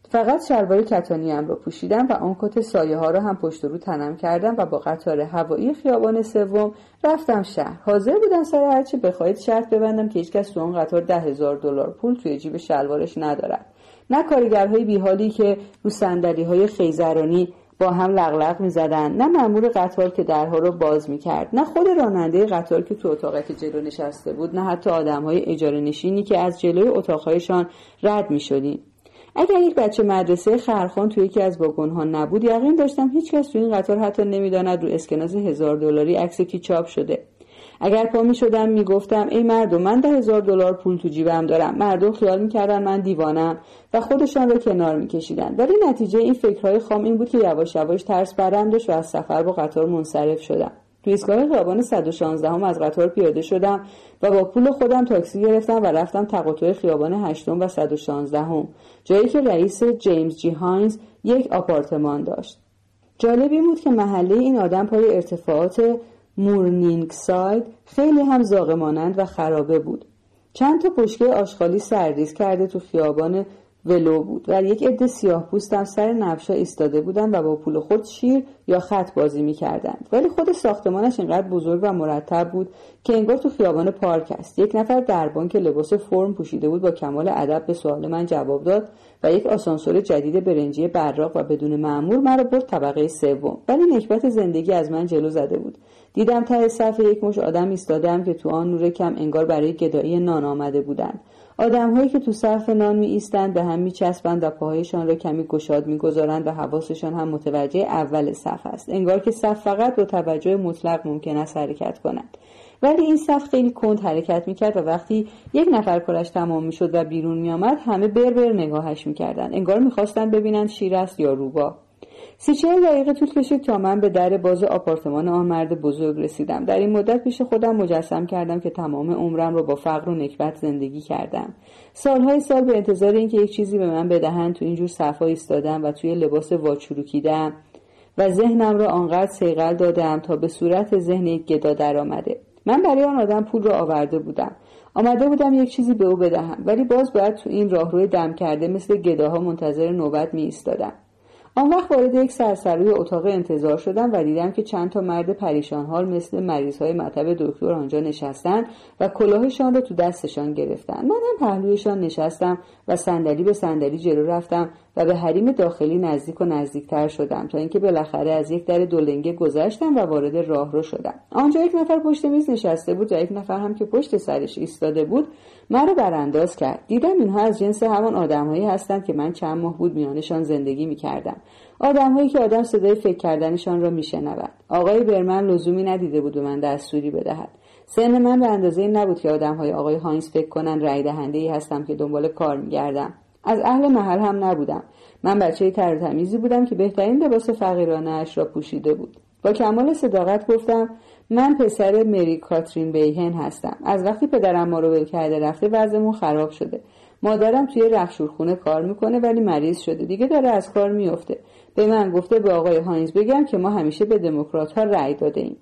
فقط شلوار کتانیم را پوشیدم و آن کت سایه ها را هم پشت رو تنم کردم و با قطار هوایی خیابان سوم رفتم شهر. حاضر بودم سر هرچی بخواید شرط ببندم که هیچکس تو اون قطار ده هزار دلار پول توی جیب شلوارش ندارد. نه کارگرهای بیحالی که رو صندلی‌های خیزرانی با هم لغلق می‌زدن، نه مأمور قطار که درها رو باز می‌کرد، نه خود راننده قطار که تو اتاقی که جلو نشسته بود، نه حتی آدم‌های اجاره نشینی که از جلوی اتاق‌هایشان رد می‌شدیم. اگر یک بچه مدرسه خرخان توی یکی از واگن‌ها نبود، یقین داشتم هیچکس تو این قطار حتی نمی‌داند رو اسکناس هزار دلاری عکس کی چاپ شده. اگر پا می شدم می گفتم ای مردم من ده هزار دلار پول تو جیبم دارم، مردم خیال می کردن من دیوانم و خودشان را کنار می کشیدن. ولی نتیجه این فکرهای خام این بود که یواش یواش ترس برم داشت و از سفر با قطار منصرف شدم. تو ایستگاه خیابان صد و شانزده هم از قطار پیاده شدم و با پول خودم تاکسی گرفتم و رفتم تقاطع خیابان هشتم و صد و شانزده هم، جایی که رئیس جیمز جی هاینز یک آپارتمان داشت. جالب این بود که محله این آدم پای ارتفاعات مورنینگ ساید خیلی هم زاغه مانند و خرابه بود. چند تا بشکه آشغالی سرریز کرده تو خیابان ولو بود و یک عده سیاه پوستم سر نبشا ایستاده بودن و با پول خود شیر یا خط بازی می‌کردند. ولی خود ساختمانش اینقدر بزرگ و مرتب بود که انگار تو خیابان پارک است. یک نفر دربان که لباس فرم پوشیده بود با کمال ادب به سوال من جواب داد و یک آسانسور جدید برنجی براق و بدون مأمور مرا برد طبقه سوم. ولی نکبت زندگی از من جلو زده بود. دیدم ته صف یک مش آدم ایستادم که تو آن نور کم انگار برای گدایی نان آمده بودند. آدم‌هایی که تو صف نان می ایستند به هم می‌چسبند و پاهایشان را کمی گشاد می‌گذارند و حواسشان هم متوجه اول صف است. انگار که صف فقط با توجه مطلق ممکن است حرکت کند. ولی این صف خیلی کند حرکت می‌کرد و وقتی یک نفر کارش تمام می‌شد و بیرون می‌آمد همه بر بر نگاهش می‌کردند. انگار می‌خواستند ببینند شیر است یا روباه. سی چهل دقیقه طول کشید تا من به در باز آپارتمان آن مرد بزرگ رسیدم. در این مدت پیش خودم مجسم کردم که تمام عمرم رو با فقر و نکبت زندگی کردم. سالهای سال به انتظار اینکه یک چیزی به من بدهند تو اینجور صف‌ها ایستادم و توی لباس واچروکیدم و ذهنم را آنقدر صیقل دادم تا به صورت ذهن یک گدا در آمده. من برای آن آدم پول را آورده بودم. آمده بودم یک چیزی به او بدهم، ولی باز باید تو این راهروی دم کرده مثل گداها منتظر نوبت می ایستادم. آن وقت وارد یک سرسروی اتاق انتظار شدم و دیدم که چند تا مرد پریشان حال مثل مریضهای مطب دکتر آنجا نشستند و کلاهشان را تو دستشان گرفتند. من هم پهلویشان نشستم و صندلی به صندلی جلو رفتم و به حریم داخلی نزدیک و نزدیکتر شدم تا اینکه بالاخره از یک در دولنگه گذشتم و وارد راهرو شدم. آنجا یک نفر پشت میز نشسته بود و یک نفر هم که پشت سرش ایستاده بود مرا برانداز کرد. دیدم اینها از جنس همان آدم‌هایی هستند که من چند ماه بود میانشان زندگی می‌کردم. آدم‌هایی که آدم صدای فکر کردنشان را میشنود. آقای برمن لزومی ندیده بود به من دستوری بدهد. سن من به اندازه این نبود که آدم‌های آقای هاینز فکر کنن رای دهنده‌ای هستم که دنبال کار می‌گردم. از اهل محل هم نبودم. من بچه تر و تمیزی بودم که بهترین لباس فقیرانه اش را پوشیده بود. با کمال صداقت گفتم من پسر مری کاترین بیهن هستم. از وقتی پدرم ما رو ول کرده رفته وضعمون خراب شده. مادرم توی رخشورخونه کار میکنه ولی مریض شده. دیگه داره از کار میفته. به من گفته به آقای هاینز بگم که ما همیشه به دموکرات ها رأی داده ایم.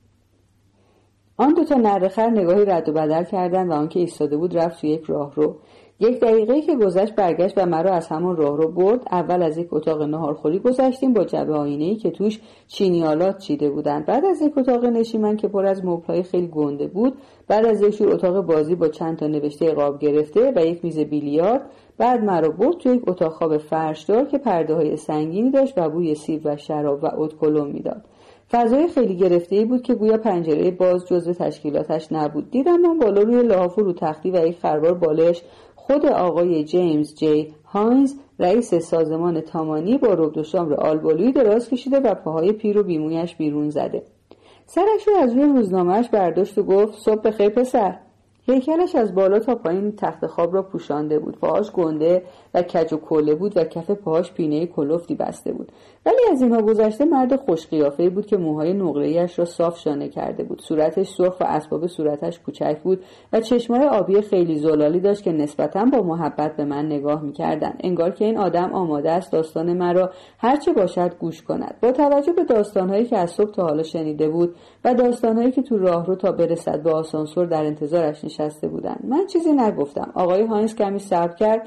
آن دو تا نرخر نگاهی رد و بدل کردن و آنکه ایستاده بود رفت توی یک راهرو. یک دقیقه‌ای که گذشت برگشت و مرا از همان راهرو برد. اول از یک اتاق ناهارخوری گذشتیم با جعبه آینه‌ای که توش چینیالات چیده بودند. بعد از یک اتاق نشیمن که پر از مبل‌های خیلی گنده بود. بعد از یک جور اتاق بازی با چند تا نوشته قاب گرفته و یک میز بیلیارد. بعد مرا برد توی یک اتاق خواب فرشدار که پرده‌های سنگینی داشت و بوی سیب و شراب و ادکلون میداد. فضای خیلی گرفته‌ای بود که گویا پنجره باز جزو تشکیلاتش نبود. دیدم من بالا روی لحاف و رو تختی و یک خروار بالش خود آقای جیمز جی هاینز رئیس سازمان تامانی با رب و شامر آلبالویی دراز کشیده و پاهای پیر و بیمویش بیرون زده. سرش رو از روی روزنامه‌اش برداشت و گفت صبح بخیر پسر. هیکلش از بالا تا پایین تخت خواب را پوشانده بود. پاهاش گنده و کج و کوله بود و کف پاهاش پینه کلفتی بسته بود. ولی از اینها گذشته مرد خوش قیافه‌ای بود که موهای نقره‌ایش را صاف شانه کرده بود. صورتش سرخ و اسباب صورتش کوچک بود و چشمای آبی خیلی زلالی داشت که نسبتاً با محبت به من نگاه می‌کردند. انگار که این آدم آماده است داستان مرا هر چه باشد گوش کند. با توجه به داستان‌هایی که از صبح تا حالا شنیده بود و داستان‌هایی که تو راهرو تا برسد به آسانسور در انتظارش نشسته بودند من چیزی نگفتم. آقای هاینز کمی صبر کرد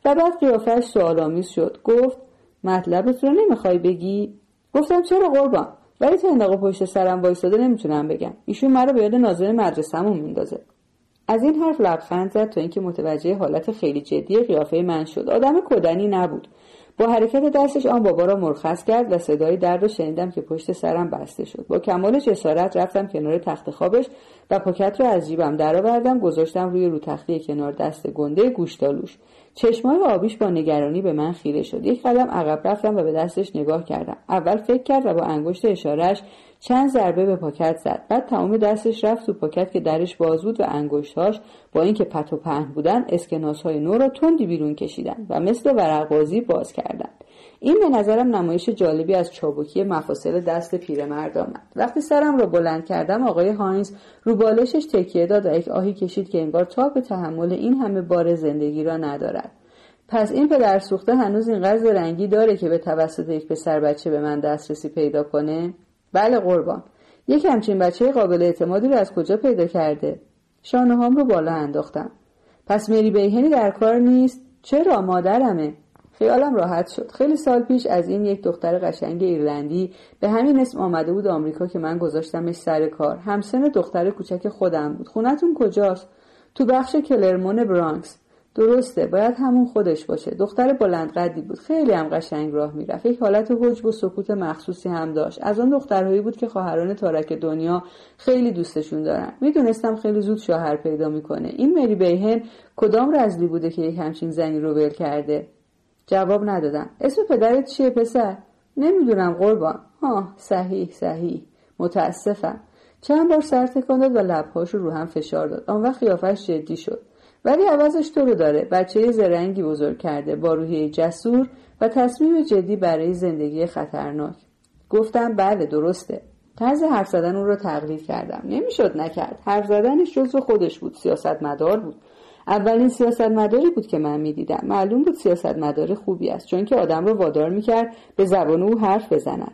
و بعد قیافه‌اش سوال‌آمیز شد. گفت مطلبت رو نمیخوای بگی؟ گفتم چرا قربان، ولی تا این دقیقه پشت سرم وایساده نمیتونم بگم. ایشون مرا به یاد ناظر مدرسه‌مون میندازه. از این حرف لبخند زد تا اینکه متوجه حالت خیلی جدی قیافه من شد. آدم کدنی نبود. با حرکت دستش آن بابا را مرخص کرد و صدای در را شنیدم که پشت سرم بسته شد. با کمال جسارت رفتم کنار تخت خوابش و پاکت را از جیبم درآوردم، گذاشتم روی رو تخته کنار دست گنده گوشتالوش. چشمای آبیش با نگرانی به من خیره شد. یک قدم عقب رفتم و به دستش نگاه کردم. اول فکر کرد و با انگشت اشارهش چند ضربه به پاکت زد. بعد تمام دستش رفت تو پاکت که درش باز بود و انگشتاش با اینکه پت و پهن بودن اسکناس‌های نو را تندی بیرون کشیدن و مثل ورق‌بازی باز کردند. این به نظرم نمایش جالبی از چابکی مفاصل دست پیرمرد آمد. وقتی سرم را بلند کردم آقای هاینز رو بالشش تکیه داد و یک آهی کشید که انگار طاق تحمل این همه بار زندگی را ندارد. پس این پدر سوخته هنوز اینقدر زرنگی داره که به توسط یک پسر بچه به من دسترسی پیدا کنه؟ بله قربان. یک همچین بچه قابل اعتمادی رو از کجا پیدا کرده؟ شانه‌هام رو بالا انداختم. پس مری بیهنی در کار نیست؟ چرا؟ مادرمه. خیالم راحت شد. خیلی سال پیش از این یک دختر قشنگ ایرلندی به همین اسم آمده بود آمریکا که من گذاشتمش سر کار. همسن دختر کوچک خودم بود. خونتون کجاست؟ تو بخش کلرمون برانکس. درسته، باید همون خودش باشه. دختر بلند قدی بود، خیلی هم قشنگ راه میرفت. یک حالت حجب و سکوت مخصوصی هم داشت. از آن دخترهایی بود که خواهران تارک دنیا خیلی دوستشون دارن. میدونستم خیلی زود شوهر پیدا میکنه. این مری بیهن کدام رذلی بوده که یک همچین زنی رو ول کرده؟ جواب ندادم. اسم پدرت چیه پسر؟ نمیدونم قربان. ها، صحیح صحیح. متاسفم. چند بار سر تکان داد و لبهاش رو رو هم فشار داد. آن وقت قیافش جدی شد. ولی عوضش تو رو داره. بچه زرنگی بزرگ کرده با روحیه جسور و تصمیم جدی برای زندگی خطرناک. گفتم بله درسته. طرز حرف زدن اون رو تقلید کردم. نمیشد نکرد. حرف زدنش جزو خودش بود. سیاستمدار بود. اولین سیاستمداری بود که من میدیدم. معلوم بود سیاستمدار خوبی است، چون که آدم رو وادار میکرد به زبان او حرف بزنن.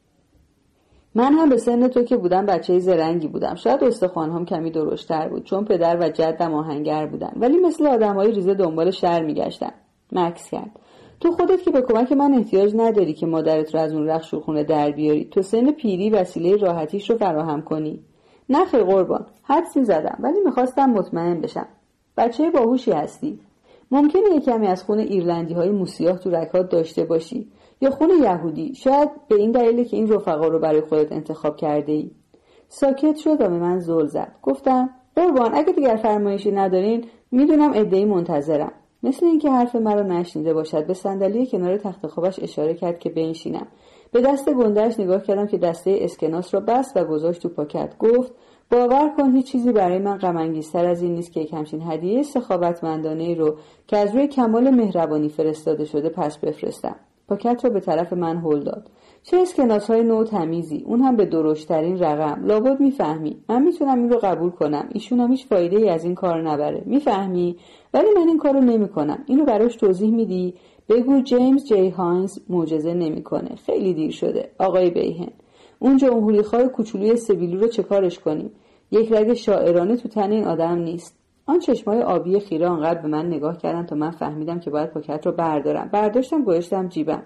من هم به سن تو که بودم بچه زرنگی بودم. شاید استخوان‌هام کمی درشتر بود، چون پدر و جدم آهنگر بودن، ولی مثل آدم‌های ریزه دنبال شهر میگشتن. مکث کرد. تو خودت که به کمک من احتیاج نداری که مادرت رو از اون رخت شورخونه در بیاری. تو سن پیری وسیله راحتیش رو فراهم کنی. نه خیر قربان. حدسی زدم، ولی می‌خواستم مطمئن بشم. بچه باهوشی هستی. ممکنه یک کمی از خون ایرلندی‌های موسیاه تو رگ‌هات داشته باشی یا خون یهودی. شاید به این دلیله که این رفقا رو برای خودت انتخاب کرده‌ای. ساکت شد و به من زل زد. گفتم قربان اگه دیگر فرمایشی ندارین میدونم عده‌ای منتظرم. مثل اینکه حرف مرا نشنیده باشد به صندلی کنار تخت خوابش اشاره کرد که بنشینم. به دست گنده‌اش نگاه کردم که دسته اسکناس را بست و گذاشت تو پاکت. گفت باور کن هیچ چیزی برای من غم انگیزتر از این نیست که یک همچین هدیه سخاوتمندانه‌ای رو که از روی کمال مهربانی فرستاده شده پس بفرستم. پاکت رو به طرف من هل داد. چه اسکناس‌های نو تمیزی، اون هم به درشترین رقم. لابد میفهمی. من میتونم این رو قبول کنم. ایشون هم هیچ فایده‌ای از این کار نبره. میفهمی؟ ولی من این کارو نمی‌کنم. اینو براش توضیح میدی؟ بگو جیمز جی هاینز معجزه نمی‌کنه. خیلی دیر شده. آقای بیهن. اون جمهوری‌خواه کوچولوی سبیلی رو چه کارش کنیم؟ یک رگ شاعرانه تو تن این آدم نیست. آن چشمای آبی خیره آنقدر به من نگاه کردن تا من فهمیدم که باید پاکت رو بردارم. برداشتم گذاشتم جیبم.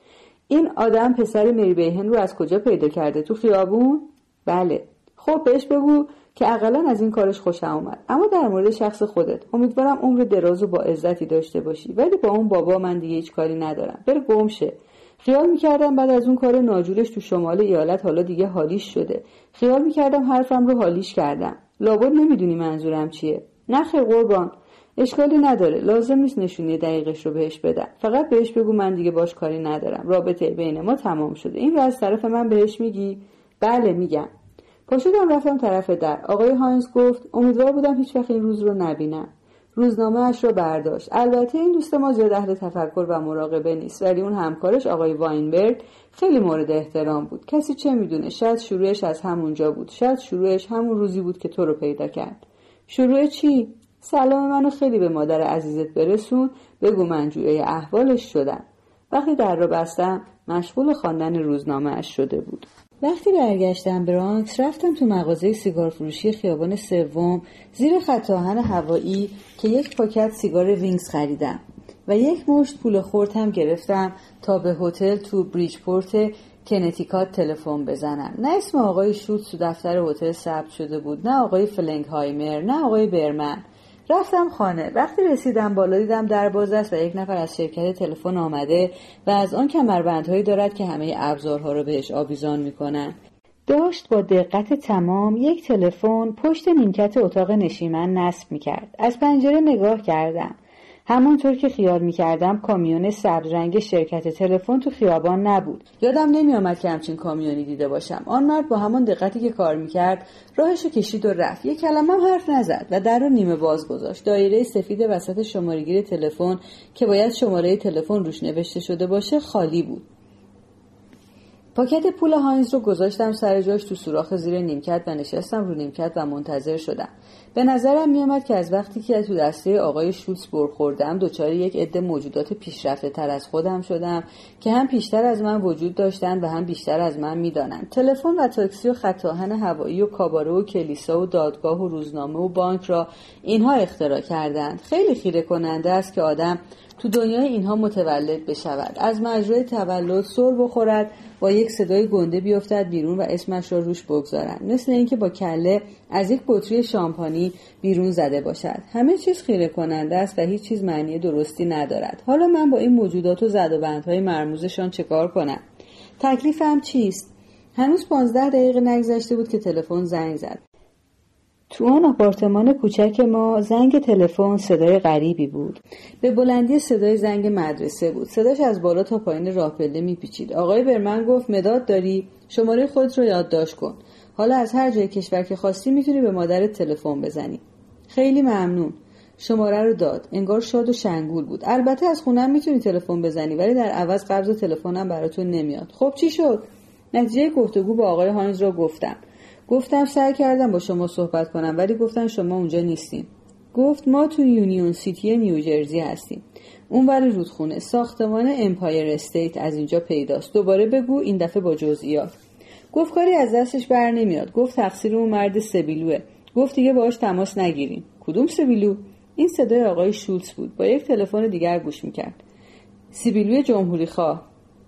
این آدم پسر مری بیهن رو از کجا پیدا کرده؟ تو خیابون؟ بله. خب بهش بگو که اقلا از این کارش خوشم اومد. اما در مورد شخص خودت امیدوارم عمر دراز و با عزتی داشته باشی. ولی با اون بابا من دیگه هیچ کاری ندارم. بره گم شه. خیال میکردم بعد از اون کار ناجورش تو شمال ایالت حالا دیگه حالیش شده. خیال میکردم حرفم رو حالیش کردم. لابد نمیدونی منظورم چیه. نه خیر قربان. اشکالی نداره. لازم نیست نشونی دقیقش رو بهش بدم. فقط بهش بگو من دیگه باش کاری ندارم. رابطه بین ما تمام شده. این رو از طرف من بهش میگی؟ بله میگم. پاشدم رفتم طرف در. آقای هاینز گفت امیدوار بودم هیچ وقت این روز رو نبینم. روزنامه اش رو برداشت. البته این دوست ما زیاد اهل تفکر و مراقبه نیست، ولی اون همکارش آقای واینبرگ خیلی مورد احترام بود. کسی چه میدونه، شاید شروعش از همونجا بود. شاید شروعش همون روزی بود که تو رو پیدا کرد. شروع چی؟ سلام منو خیلی به مادر عزیزت برسون، بگو من جویای احوالش شدم. وقتی در رو بستم مشغول خواندن روزنامه اش شده بود. وقتی برگشتم برانکس رفتم تو مغازه سیگار فروشی خیابان سوم زیر خط آهن هوایی که یک پاکت سیگار وینگز خریدم. و یک مشت پول خرد هم گرفتم تا به هتل تو بریجپورت کنتیکات تلفن بزنم. نه اسم آقای شولتز تو دفتر هتل ثبت شده بود، نه آقای فلنگهایمر، نه آقای برمن. رفتم خانه. وقتی رسیدم بالا دیدم در باز است و یک نفر از شرکت تلفن آمده و از آن کمربندهایی دارد که همه ابزارها را بهش آویزان میکنن. داشت با دقت تمام یک تلفن پشت نیمکت اتاق نشیمن نصب میکرد. از پنجره نگاه کردم. همانطور که خیال میکردم کامیون سبز رنگ شرکت تلفن تو خیابان نبود. یادم نمیآمد که همچین کامیونی دیده باشم. آن مرد با همان دقتی که کار میکرد راهشو کشید و رفت. یک کلمه هم حرف نزد و در رو نیمه باز گذاشت. دایره سفید وسط شماره‌گیر تلفن که باید شماره تلفن روش نوشته شده باشه خالی بود. پاکت پول هاینز رو گذاشتم سر جاش تو سوراخ زیر نیمکت و نشستم رو نیمکت و منتظر شدم. به نظرم میامد که از وقتی که تو دسته آقای شولتز برخوردم دچار یک عده موجودات پیشرفته تر از خودم شدم که هم پیشتر از من وجود داشتند و هم بیشتر از من میدانند. تلفن و تاکسی و خط آهن هوایی و کاباره و کلیسا و دادگاه و روزنامه و بانک را اینها اختراع کردند. خیلی خیره کننده است که آدم تو دنیای اینها متولد بشود، از مجرای تولد سر بخورد، با یک صدای گنده بیفتد بیرون و اسمش را روش بگذارند، مثل اینکه با کله از یک بطری شامپانی بیرون زده باشد. همه چیز خیره کننده است و هیچ چیز معنی درستی ندارد. حالا من با این موجودات و زدوبندهای مرموزشان چه کار کنم؟ تکلیفم چیست؟ هنوز پانزده دقیقه نگذشته بود که تلفن زنگ زد. تو آن آپارتمان کوچک ما زنگ تلفن صدای غریبی بود. به بلندی صدای زنگ مدرسه بود. صداش از بالا تا پایین راه پله میپیچید. آقای برمن گفت مداد داری؟ شماره خودت رو یادداشت کن. حالا از هر جای کشور که خواستی میتونی به مادرت تلفن بزنی. خیلی ممنون. شماره رو داد. انگار شاد و شنگول بود. البته از خونم میتونی تلفن بزنی ولی در عوض قبض تلفنم براتون نمیاد. خب چی شد؟ نتیجه گفتگو با آقای هاینز رو گفتم. گفتم سعی کردم با شما صحبت کنم ولی گفتن شما اونجا نیستین. گفت ما تو یونیون سیتی نیوجرسی هستیم. اونور رودخونه ساختمان امپایر استیت از اینجا پیداست. دوباره بگو این دفعه با جزئیات. گفت کاری از دستش بر نمیاد. گفت تقصیر اون مرد سبیلوه. گفت دیگه باهاش تماس نگیرین. کدوم سبیلو؟ این صدای آقای شولتز بود. با یک تلفن دیگر گوش میکرد. سبیلوی جمهوری خواه.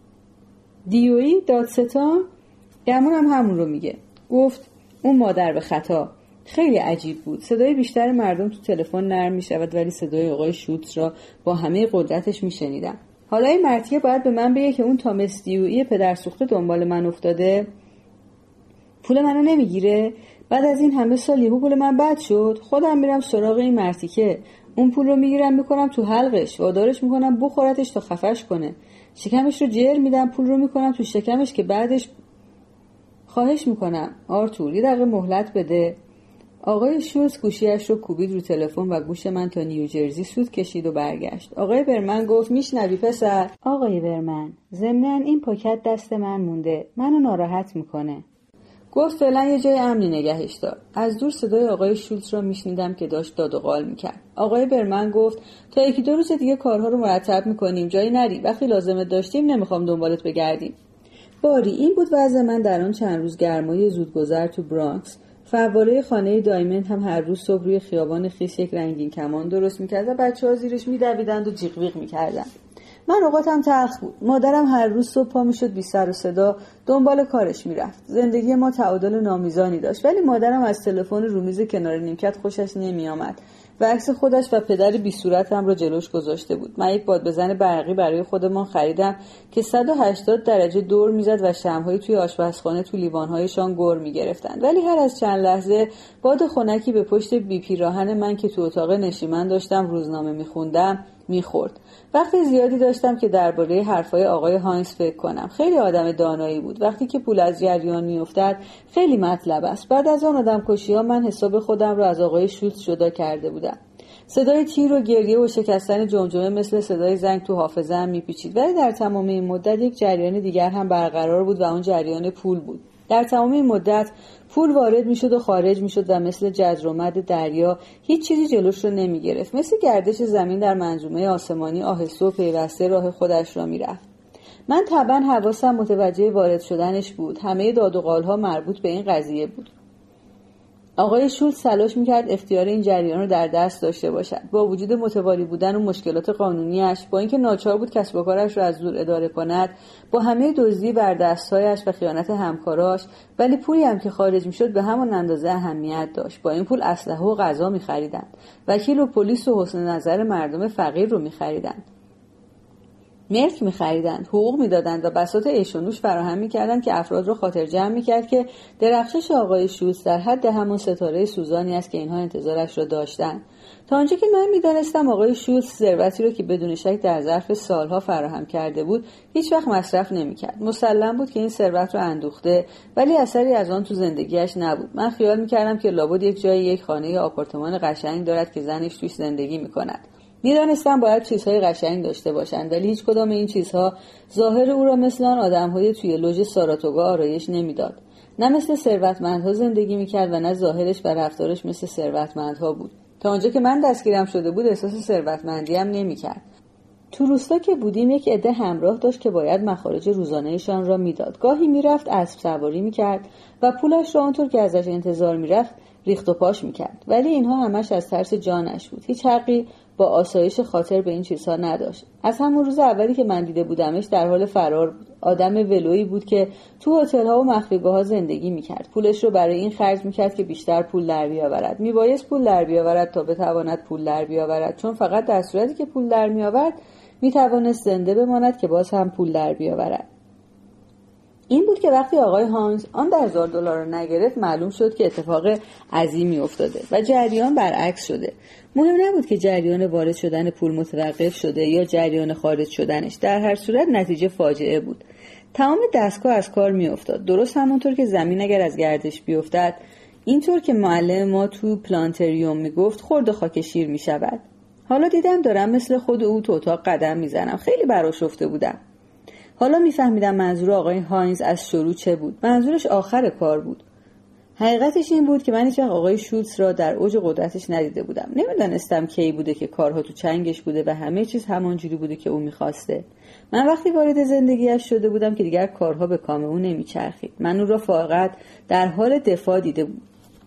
دیوی دادستان؟ گمون هم همون رو میگه. گفت اون مادر به خطا. خیلی عجیب بود. صدای بیشتر مردم تو تلفن نرم میشود ولی صدای آقای شولتز را با همه قدرتش میشنیدم. حالا این مرتیه باید به من بگه که اون تامس دیویی پدر سوخته دنبال من افتاده. پول منو نمیگیره. بعد از این همه سال یهو پول من بد شد. خودم میرم سراغ این مرتیکه. اون پول رو میگیرم میکنم تو حلقش. وادارش میکنم بخورتش تا خفش کنه. شکمش رو جر میدم. پول رو میکنم تو شکمش که بعدش خواهش میکنم آرتور یه دقیقه مهلت بده. آقای شولتز گوشیش رو کوبید رو تلفن و گوش من تا نیوجرسی سود کشید و برگشت. آقای برمن گفت میشنوی پسر؟ آقای برمن ضمناً این پاکت دست من مونده، منو ناراحت میکنه. گفت فعلا یه جای امنی نگهش دار. از دور صدای آقای شولتز را میشنیدم که داشت داد و قال میکرد. آقای برمن گفت تا یکی دو روز دیگه کارها رو مرتب میکنیم، جایی نری، وقتی لازمت داشتیم نمیخوام دنبالت بگردیم. باری این بود وضع من در آن چند روز گرمای زودگذر تو برانکس. فواره خانه دایمند هم هر روز صبح روی خیابان خیس یک رنگین کمان درست میکرد و بچه‌ها زیرش میدویدند و جیغ ویغ میکردند. من اوقاتم تلخ بود. مادرم هر روز صبح پا میشد بی سر و صدا دنبال کارش میرفت. زندگی ما تعادل نامیزانی داشت ولی مادرم از تلفن رومیز کنار نیمکت خوشش نمیآمد و عکس خودش و پدر بی صورتم را جلوش گذاشته بود. من یک بادبزن برقی برای خودمان خریدم که صد و هشتاد درجه دور میزد و شمع‌های توی آشپزخانه تو لیوان‌هایشان گر می‌گرفتند. ولی هر از چند لحظه باد خنکی به پشت بی پیراهن من که تو اتاق نشیمن داشتم روزنامه می‌خوندم می‌خورد. وقت زیادی داشتم که درباره حرفای آقای هاینز فکر کنم. خیلی آدم دانایی بود. وقتی که پول از جریان می‌افتاد خیلی مطلب است. بعد از آن آدمکشی‌ها من حساب خودم را از آقای شولتز جدا کرده بودم. صدای تیر و گریه و شکستن جمجمه مثل صدای زنگ تو حافظه‌ام میپیچید. ولی در تمام این مدت یک جریان دیگر هم برقرار بود و اون جریان پول بود. در تمام این مدت پول وارد میشد و خارج میشد و مثل جزر و مد دریا هیچ چیزی جلوش رو نمیگرفت. مثل گردش زمین در منظومه آسمانی آهسته و پیوسته راه خودش را میرفت. من طبعا حواسم متوجه وارد شدنش بود. همه داد و قال‌ها مربوط به این قضیه بود. آقای شولتز تلاش میکرد اختیار این جریان رو در دست داشته باشد. با وجود متوالی بودن و مشکلات قانونیش، با اینکه ناچار بود کسب و کارش رو از دور اداره کند، با همه دزدی بر دستایش و خیانت همکاراش، ولی پولی هم که خارج میشد به همان اندازه اهمیت داشت. با این پول اسلحه و غذا میخریدند. وکیل و پلیس و حسن نظر مردم فقیر رو میخریدند. ملک می‌خریدند، حقوق می‌دادند و بساط عیش و نوش فراهم می‌کردند که افراد را خاطر جمع می‌کرد که درخشش آقای شولتز در حد همان ستاره سوزانی است که اینها انتظارش را داشتند. تا آنجا که من می‌دانستم آقای شولتز ثروتی را که بدون شک در ظرف سالها فراهم کرده بود هیچ وقت مصرف نمی‌کرد. مسلم بود که این ثروت را اندوخته، ولی اثری از آن تو زندگیش نبود. من خیال می‌کردم که لابد یک جای یک خانه یا آپارتمان قشنگ دارد که زنش توش زندگی می‌کند. می‌دانستم باید چیزهای قشنگ داشته باشند، ولی هیچ کدام این چیزها ظاهر او را مثل آن آدم‌های توی لوژ ساراتوگا آرایش نمی‌داد. نه مثل ثروتمندها زندگی می‌کرد و نه ظاهرش و رفتارش مثل ثروتمندها بود. تا آنجا که من دستگیرم شده بود احساس ثروتمندی هم نمی‌کرد. تو روستا که بودیم یک عده همراه داشت که باید مخارج روزانه‌شان را میداد. گاهی میرفت اسب سواری می‌کرد و پولش را آنطور که ازش انتظار می‌رفت ریخت و پاش می‌کرد. ولی اینها همش از ترس جانش بود. هیچ حقی با آسایش خاطر به این چیزها نداشت. از همون روز اولی که من دیده بودمش در حال فرار بود. آدم ولویی بود که تو هتل‌ها و مخفیگاه‌ها زندگی می‌کرد. پولش رو برای این خرج می‌کرد که بیشتر پول در بیاورد. میبایست پول در بیاورد تا بتواند پول در بیاورد، چون فقط در صورتی که پول در می‌آورد می‌توانست زنده بماند که باز هم پول در بیاورد. این بود که وقتی آقای هانز آن ده هزار دلار را نگرفت معلوم شد که اتفاق عظیمی افتاده و جریان برعکس شده. مهم نبود که جریان وارد شدن پول متوقف شده یا جریان خارج شدنش، در هر صورت نتیجه فاجعه بود. تمام دستگاه از کار می افتاد. درست همونطور که زمین اگر از گردش بیفتد، اینطور که معلم ما تو پلانتریوم می گفت خرد خاک شیر می شود. حالا دیدم دارم مثل خود او تو اتاق قدم می زنم. خیلی برآشفته بودم. حالا میفهمیدم منظور آقای هاینز از شروع چه بود. منظورش آخر کار بود. حقیقتش این بود که من هیچ وقت آقای شولتز را در اوج قدرتش ندیده بودم. نمیدانستم کی بوده که کارها تو چنگش بوده و همه چیز همانجوری بوده که او میخواسته. من وقتی وارد زندگیش شده بودم که دیگر کارها به کام او نمیچرخید. من او را فقط در حال دفاع دیده بودم.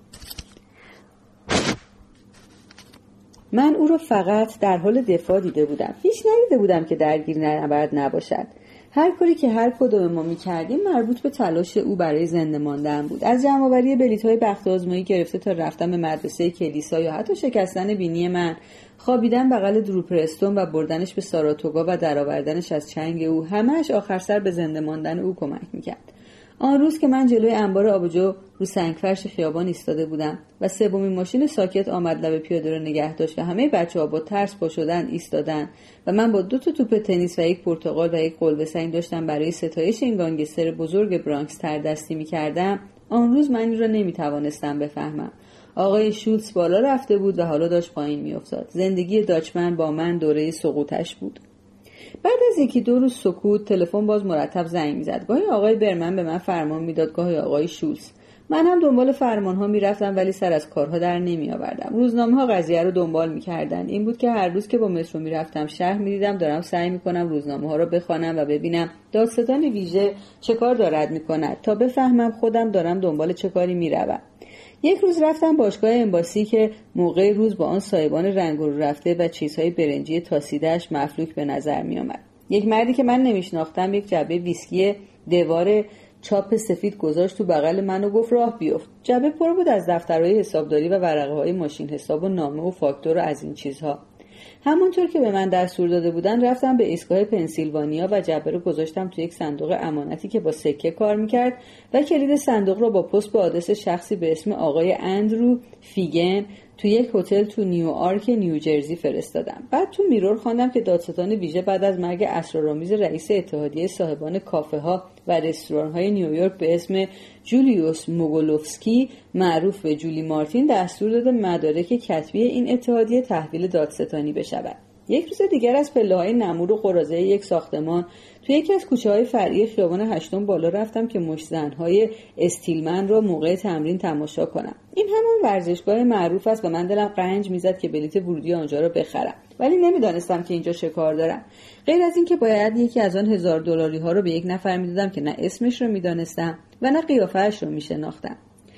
من او را فقط در حال دفاع دیده بودم. هیچ ندیده بودم که درگیر نبرد نباشد. هر کاری که هر کدوم ما می‌کردیم مربوط به تلاش او برای زنده ماندن بود. از جمع‌آوری بلیط‌های بخت آزمایی گرفته تا رفتن به مدرسه کلیسا یا حتی شکستن بینی من، خوابیدن بغل درو پرستون و بردنش به ساراتوگا و درآوردنش از چنگ او، همه‌اش آخر سر به زنده ماندن او کمک می‌کرد. آن روز که من جلوی انبار آبجو رو سنگفرش خیابان ایستاده بودم و سومین ماشین ساکت آمد لب پیاده رو نگه داشت و همه بچه‌ها با ترس پا شدن ایستادن و من با دو تا توپ تنیس و یک پرتقال و یک قلبه سنگ داشتم برای ستایش این گانگستر بزرگ برانکس تردستی می‌کردم، آن روز من این را نمی‌توانستم بفهمم. آقای شولتز بالا رفته بود و حالا داشت پایین می‌افتاد. زندگی داچمن با من دوره سقوطش بود. بعد از یکی دو روز سکوت تلفن باز مرتب زنگ می‌زد. گاهی آقای برمن به من فرمان میداد، گاهی آقای شولتز. من هم دنبال فرمان‌ها می‌رفتم ولی سر از کارها در نمی‌آوردم. روزنامه‌ها قضیه رو دنبال می‌کردن. این بود که هر روز که با مترو می‌رفتم شهر می‌دیدم دارم سعی می‌کنم روزنامه‌ها رو بخوانم و ببینم دادستان ویژه چه کار دارد می‌کند تا بفهمم خودم دارم دنبال چه کاری می‌روم. یک روز رفتم باشگاه امباسی که موقع روز با آن سایبان رنگ رو رفته و چیزهای برنجی تاسیده‌اش مفلوک به نظر می آمد. یک مردی که من نمیشناختم یک جعبه ویسکی دیوار چاپ سفید گذاشت تو بغل من و گفت راه بیفت. جعبه پر بود از دفترهای حسابداری و ورقه‌های ماشین حساب و نامه و فاکتور و از این چیزها. همونطور که به من دستور داده بودن رفتم به ایستگاه پنسیلوانیا و جعبه رو گذاشتم تو یک صندوق امانتی که با سکه کار میکرد و کلید صندوق رو با پست به آدرس شخصی به اسم آقای اندرو فیگن تو یک هتل تو نیوآرک نیوجرسی فرستادم. بعد تو میرور خواندم که دادستان ویژه بعد از مرگ اسرارآمیز رئیس اتحادیه صاحبان کافه ها و رستوران های نیویورک به اسم جولیوس موگولوفسکی معروف به جولی مارتین دستور داده مدارک کتبی این اتحادیه تحویل دادستانی بشود. یک روز دیگر از پله‌های نمور و قراضه یک ساختمان توی یکی از کوچه‌های فرعی خیابان هشتم بالا رفتم که مشت‌زن‌های استیلمن را موقع تمرین تماشا کنم. این همان ورزشگاه معروف است و من دلم قنج می‌زد که بلیت ورودی آنجا را بخرم، ولی نمی‌دانستم که اینجا چه کار دارم. غیر از این که باید یکی از آن هزار دلاری‌ها رو به یک نفر می‌دادم که نه اسمش رو می‌دانستم و نه قیافه‌اش رو می‌شناختم.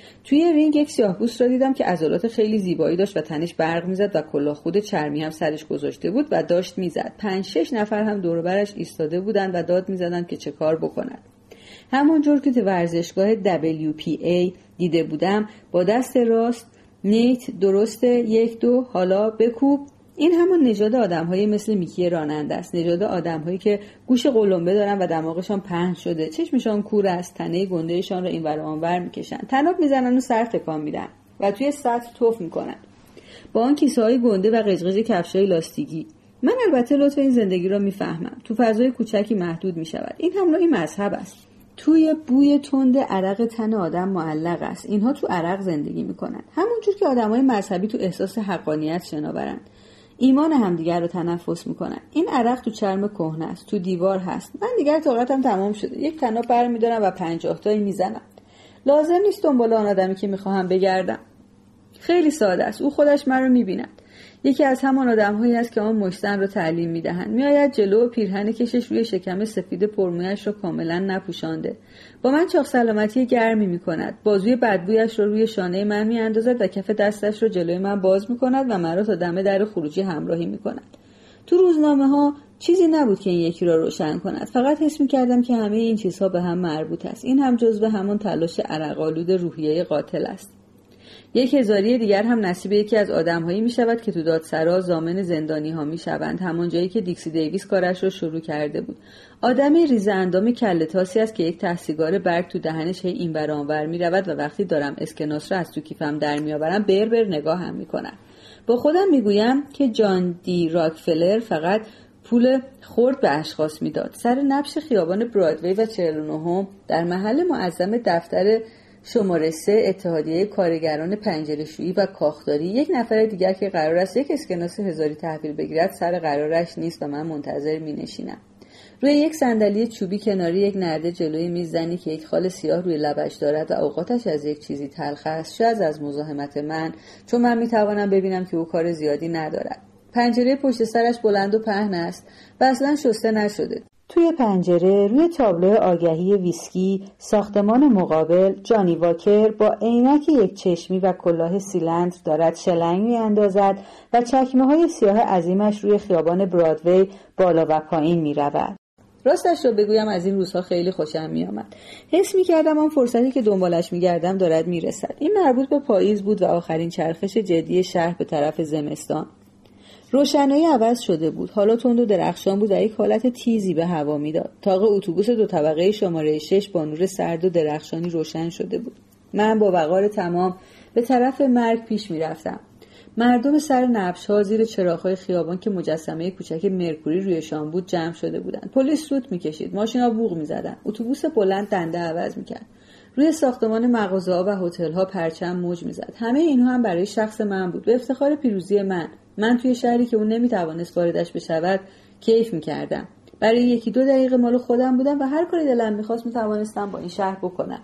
توی رینگ یک سیاه‌پوست را دیدم که عضلات خیلی زیبایی داشت و تنش برق میزد و کلاه خود چرمی هم سرش گذاشته بود و داشت میزد. پنج شش نفر هم دور و برش ایستاده بودند و داد میزدند که چه کار بکنند. همونجور که تو ورزشگاه دبلیو پی ای دیده بودم، با دست راست نیت درسته، یک دو، حالا بکوب. این همون نژاد آدم‌های مثل میکی راننده است، نژاد آدم‌هایی که گوش قلمبه دارن و دماغشان پهن شده، چشمشان کور است، تنه گندهشان را اینور و آنور میکشن، طناب میزنن و سر تکان میدن و توی سطح توف میکنن با آن کیسه‌های گنده و قشقش کفش‌های لاستیکی. من البته لطف این زندگی را میفهمم، تو فضای کوچکی محدود میشود. این هم نوعی مذهب است. توی بوی تند عرق تن آدم معلق است. اینها تو عرق زندگی میکنن، همونجور که آدمای مذهبی تو احساس حقانیت شناورن، ایمان همدیگر رو تنفس میکنن. این عرق تو چرم کهنه است، تو دیوار هست. من دیگر طاقتم تمام شده، یک طناب برمی‌دارم و پنجاه تایی میزنم. لازم نیست دنبال آن آدمی که میخواهم بگردم. خیلی ساده است، او خودش من رو میبیند. یکی از همان آدم‌هایی است که آن مشتن رو تعلیم می‌دهند. میآید جلو، پیرهن کشش روی شکم سفید پرمویش را کاملا نپوشانده. با من چاق سلامتی گرمی می‌کند. بازوی بدبویش را رو روی شانه من می‌اندازد و کف دستش را جلوی من باز می‌کند و مرا تا دم در خروجی همراهی می‌کند. تو روزنامه‌ها چیزی نبود که این یکی را روشن کند. فقط حس می‌کردم که همه این چیزها به هم مربوط است. این هم جزو همون تلاش عرق‌آلود روحیه قاتل است. یک هزاری دیگر هم نصیب یکی از آدم‌هایی می‌شود که تو دادسرا ضامن زندانی‌ها می‌شوند، همون جایی که دیکسی دیویس کارش رو شروع کرده بود. آدمی ریزه اندام کله تاسی است که یک ته سیگار برگ تو دهنش هی این ور آنور می‌رود و وقتی دارم اسکناس رو از تو کیفم در می‌آورم بر بر نگاه هم می‌کنم. با خودم می‌گویم که جان دی راکفلر فقط پول خرد به اشخاص میداد. سر نبش خیابان برادوی و چهل و نهم در محل معظم دفتر شماره سه اتحادیه کارگران پنجره‌شویی و کاخداری، یک نفر دیگر که قرار است یک اسکناس هزاری تحویل بگیرد سر قرارش نیست و من منتظر می‌نشینم. روی یک صندلی چوبی کناری یک نرده جلوی میز زنی که یک خال سیاه روی لبش دارد و اوقاتش از یک چیزی تلخ است، شاید از مزاحمت من، چون من می‌توانم ببینم که او کار زیادی ندارد. پنجره پشت سرش بلند و پهن است و اصلاً شسته نشده. توی پنجره روی تابلو آگهی ویسکی ساختمان مقابل جانی واکر با عینک یک چشمی و کلاه سیلندر دارد شلنگ می‌اندازد و چکمه‌های سیاه عظیمش روی خیابان برادوی بالا و پایین می‌رود. راستش رو بگویم از این روزها خیلی خوشم می‌آمد. حس می‌کردم آن فرصتی که دنبالش می‌گردم دارد می‌رسد. این مربوط به پاییز بود و آخرین چرخش جدی شهر به طرف زمستان. روشنایی عوض شده بود. حالا تند و درخشان بود و یک حالت تیزی به هوا میداد. طاق اتوبوس دو طبقه شماره شش با نور سرد و درخشانی روشن شده بود. من با وقار تمام به طرف مرگ پیش میرفتم. مردم سر نبش‌ها زیر چراغ‌های خیابان که مجسمه کوچک مرکوری رویشان بود جمع شده بودند. پلیس سوت می‌کشید، ماشینا بوق می‌زدند. اتوبوس بلند دنده عوض می‌کرد. روی ساختمان مغازه‌ها و هتل‌ها پرچم موج می‌زد. همه اینها هم برای شخص من بود، به افتخار پیروزی من. من توی شهری که اون نمیتوانست واردش بشود کیف میکردم. برای یکی دو دقیقه مال خودم بودم و هر کاری دلم میخواست میتوانستم با این شهر بکنم.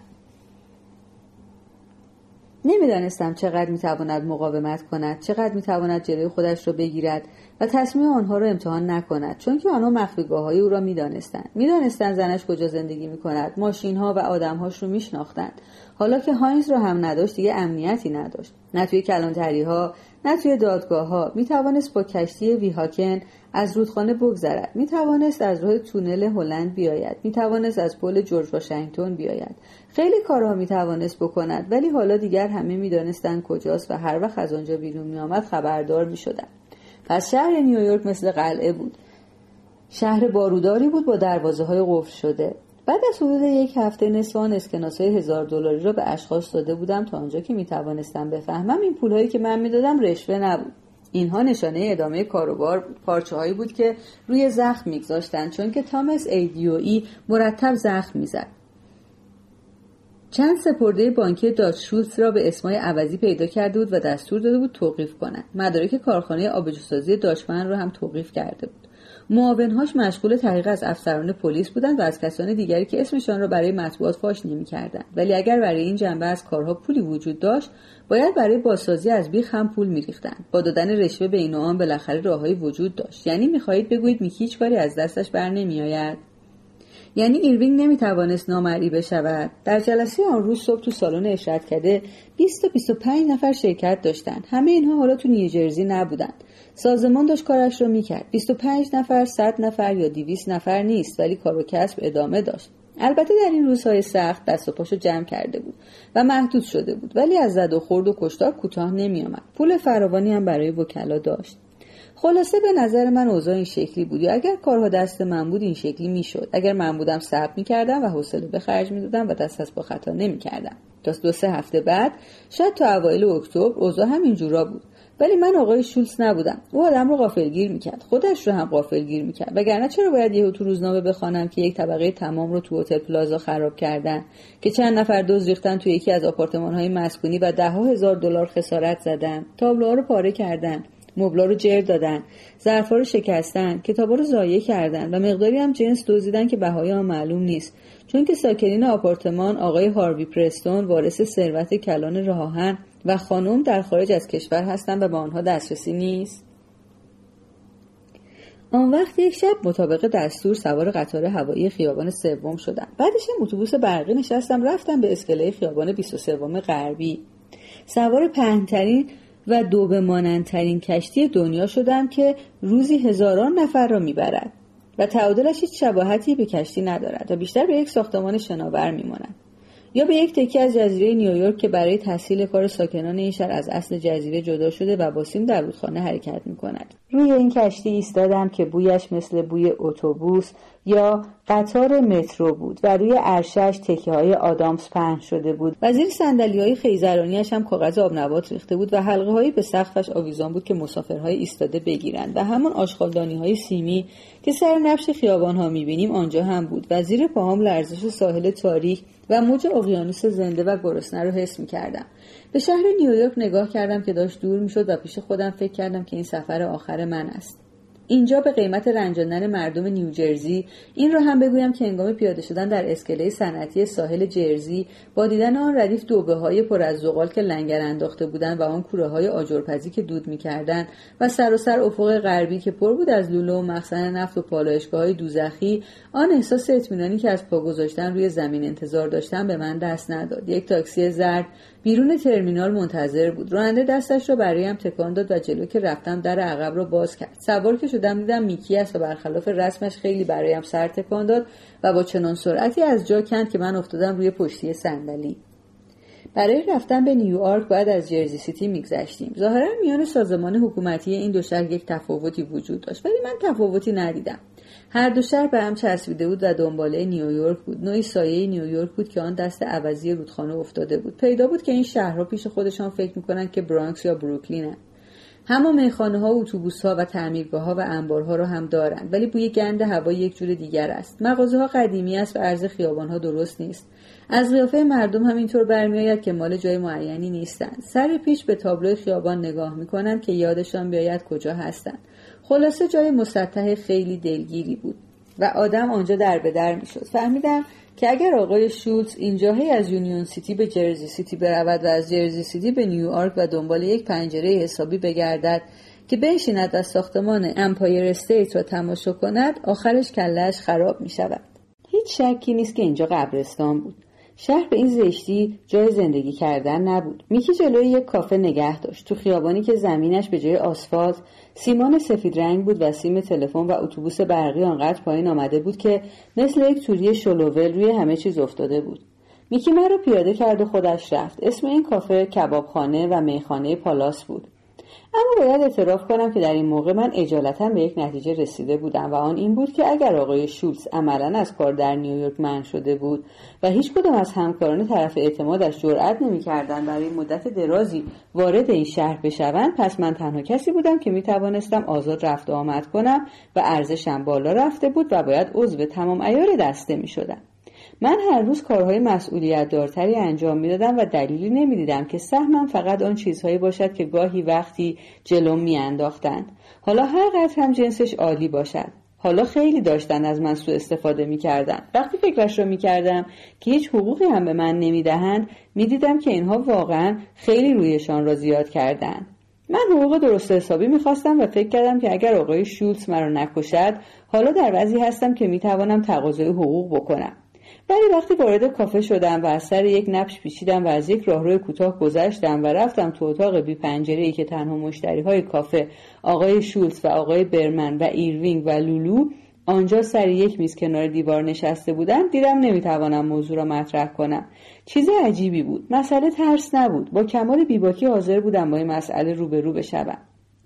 نمیدانستم چقدر میتواند مقاومت کند، چقدر میتواند جلوی خودش را بگیرد و تصمیم آنها را امتحان نکند، چون که آنها مخفیگاه‌های او را میدانستند. میدانستند زنش کجا زندگی میکند، ماشین‌ها و آدم‌هاش رو میشناختند. حالا که هاینز را هم نداشت دیگه امنیتی نداشت. نه توی کلانتری‌ها، نه توی دادگاه‌ها. میتوانست با کشتی ویهاکن از رودخانه بگذرد. میتوانست از راه تونل هلند بیاید. میتوانست از پل جورج واشنگتن بیاید. خیلی کارها میتوانست بکند، ولی حالا دیگر همه میدانستند کجاست و هر وقت از آنجا بیرون میآمد خبردار میشدند. پس شهر نیویورک مثل قلعه بود. شهر باروداری بود با دروازه‌های قفل شده. بعد از حدود یک هفته نصف آن اسکناس‌های هزار دلاری را به اشخاص داده بودم تا آنجا که میتوانستم بفهمم این پول‌هایی که من میدادم رشوه نبود. اینها نشانه ادامه کاروبار بود. پارچه‌هایی بود که روی زخم می‌گذاشتند، چون که تامس ایدیوئی مرتب زخم می‌زد. چند سپرده بانکی داتشولتز را به اسمای عوضی پیدا کرده بود و دستور داده بود توقیف کنند. مدارک کارخانه آبجوسازی داشمن را هم توقیف کرده بود. معاونهاش مشغول تحقیق از افسران پلیس بودند و از کسان دیگری که اسمشان را برای مطبوعات فاش نمی‌کردند. ولی اگر برای این جنبه از کارها پولی وجود داشت، باید برای بازسازی از بیخ هم پول می‌ریختند. با دادن رشوه به این و آن بالاخره راههایی وجود داشت. یعنی می‌خواهید بگویید میکی هیچ کاری از دستش بر نمی‌آید؟ یعنی ایروینگ نمیتوانست نامرئی بشود. در جلسه آن روز صبح تو سالن اشرتکده بیست تا بیست و پنج نفر شرکت داشتند. همه اینها حالا تو نیوجرسی نبودند. سازمان داشت کارش رو میکرد. بیست و پنج نفر، صد نفر یا دویست نفر نیست، ولی کار و کسب ادامه داشت. البته در این روزهای سخت دست و پاشو جمع کرده بود و محدود شده بود، ولی از زد و خورد و کشتار کوتاه نمیآمد. پول فراوانی هم برای وکلا داشت. خلاصه به نظر من اوضاع این شکلی بود، یا اگر کارها دست من بود این شکلی میشد. اگر من بودم صبر میکردم و حوصله به خرج میدادم و دست از پا خطا نمیکردم. تا دو سه هفته بعد، شاید تا اوایل اکتبر، اوضاع هم اینجورا بود. ولی من آقای شولتز نبودم. او آدم رو غافلگیر میکرد، خودش رو هم غافلگیر میکرد. وگرنه چرا باید یهو تو روزنامه بخوانم که یک طبقه تمام رو تو هتل پلازا خراب کردن، که چند نفر دزد ریختن تو یکی از آپارتمان‌های مسکونی و ده ها هزار دلار خسارت زدن، تابلوها رو پاره کردن، مبلا رو جر دادن، ظرفا رو شکستن، کتابا رو ضایع کردن و مقداری هم جنس دزدیدن که بهای آن معلوم نیست، چون که ساکنین آپارتمان آقای هاروی پرستون وارث ثروت کلان راه آهن و خانم در خارج از کشور هستند و به آنها دسترسی نیست. آن وقت یک شب مطابق دستور سوار قطار هوایی خیابان سوم شدم. بعدش اتوبوس برقی نشستم، رفتم به اسکله خیابان بیست و سه غربی. سوار پهن‌ترین و دو به مانندترین کشتی دنیا شدم که روزی هزاران نفر را میبرد و تعادلش هیچ شباهتی به کشتی ندارد و بیشتر به یک ساختمان شناور میماند، یا به یک تکه از جزیره نیویورک که برای تسهیل کار ساکنان این شهر از اصل جزیره جدا شده و با سیم در رودخانه حرکت میکند. روی این کشتی ایستادم که بویش مثل بوی اتوبوس یا قطار مترو بود و روی عرشش تکه‌های آدامس پهن شده بود و زیر صندلی‌های خیزرانی‌اش هم کاغذ آبنبات ریخته بود و حلقه‌هایی به سقفش آویزان بود که مسافرهای ایستاده بگیرند و همان آشغالدانی‌های سیمی که سر نبش خیابان‌ها می‌بینیم آنجا هم بود و زیر پاهام لرزش ساحل تاریک و موج اقیانوس زنده و گرسنه رو حس می‌کردم. به شهر نیویورک نگاه کردم که داشت دور می‌شد و پیش خودم فکر کردم که این سفر آخر من است. اینجا به قیمت رنجاندن مردم نیوجرسی این رو هم بگویم که هنگام پیاده شدن در اسکله صنعتی ساحل جرزی با دیدن آن ردیف دوبه‌های پر از زغال که لنگر انداخته بودند و آن کوره‌های آجرپزی که دود می‌کردند و سر و سر افق غربی که پر بود از لوله و مخزن نفت و پالایشگاه‌های دوزخی، آن احساس اطمینانی که از پا گذاشتن روی زمین انتظار داشتم به من دست نداد. یک تاکسی زرد بیرون ترمینال منتظر بود. راننده دستش را برایم تکان داد و جلو که رفتم در عقب را باز کرد. سوار که شدم دیدم میکی است و برخلاف رسمش خیلی برایم سر تکان داد و با چنان سرعتی از جا کند که من افتادم روی پشتی صندلی. برای رفتن به نیویورک باید از جرزی سیتی میگذشتیم. ظاهرا میان سازمان حکومتی این دو شهر یک تفاوتی وجود داشت، ولی من تفاوتی ندیدم. هر دو شهر به هم چسبیده بود و دنباله نیویورک بود. نوعی سایه نیویورک بود که آن دست عوضی رودخانه افتاده بود. پیدا بود که این شهرها پیش خودشان فکر میکنن که برانکس یا بروکلینن. همه میخانه‌ها و اتوبوس‌ها و تعمیرگاه‌ها و انبارها را هم دارند، ولی بوی گند هوا یک جور دیگر است. مغازه‌ها قدیمی است و عرض خیابان‌ها درست نیست. از قیافه مردم هم اینطور برمی‌آید که مال جای معینی نیستند. سر پیش به تابلوی خیابان نگاه می‌کنم که یادشان بیاید کجا هستند. خلاصه جای مسطح خیلی دلگیری بود و آدم آنجا در به در می‌شد. فهمیدم که اگر آقای شولتز اینجاهی از یونیون سیتی به جرزی سیتی برود و از جرزی سیتی به نیویورک و دنبال یک پنجره حسابی بگردد که بنشیند و ساختمان امپایر استیت را تماشا کند، آخرش کله‌اش خراب می شود. هیچ شکی نیست که اینجا قبرستان بود. شهر به این زشتی جای زندگی کردن نبود. میکی جلوی یک کافه نگه داشت، تو خیابانی که زمینش به جای آسفالت سیمان سفید رنگ بود و سیم تلفن و اتوبوس برقی آنقدر پایین آمده بود که مثل یک توری شلوول روی همه چیز افتاده بود. میکی من رو پیاده کرد و خودش رفت. اسم این کافه کبابخانه و میخانه پالاس بود. اما باید اعتراف کنم که در این موقع من اجالتا به یک نتیجه رسیده بودم و آن این بود که اگر آقای شولتز عملاً از کار در نیویورک منع شده بود و هیچ کدام از همکاران طرف اعتمادش جرئت نمی‌کردند برای مدت درازی وارد این شهر بشوند، پس من تنها کسی بودم که می‌توانستم آزاد رفت و آمد کنم و ارزشم بالا رفته بود و باید عضو تمام عیار دسته می‌شدم. من هر روز کارهای مسئولیت دارتری انجام میدادم و دلیلی نمیدیدم که سهمم فقط آن چیزهایی باشد که گاهی وقتی جلوم میانداختند. حالا هر قدر هم جنسش عالی باشد. حالا خیلی داشتن از من سوء استفاده میکردن. وقتی فکرش رو میکردم که هیچ حقوقی هم به من نمیدهند، میدیدم که اینها واقعا خیلی رویشان را زیاد کردن. من حقوق درست حسابی میخواستم و فکر کردم که اگر آقای شولتز مرا نکشد حالا در وضعی هستم که میتوانم تقاضای حقوق بکنم. ولی وقتی وارد کافه شدم و از سر یک نبش پیچیدم و از یک راهروی کوتاه گذشتم و رفتم تو اتاق بی پنجره‌ای که تنها مشتریهای کافه آقای شولتز و آقای برمن و ایروینگ و لولو آنجا سر یک میز کنار دیوار نشسته بودند، دیدم نمیتوانم موضوع را مطرح کنم. چیز عجیبی بود. مسئله ترس نبود. با کمال بیباکی حاضر بودم با این مسئله روبرو بشوم.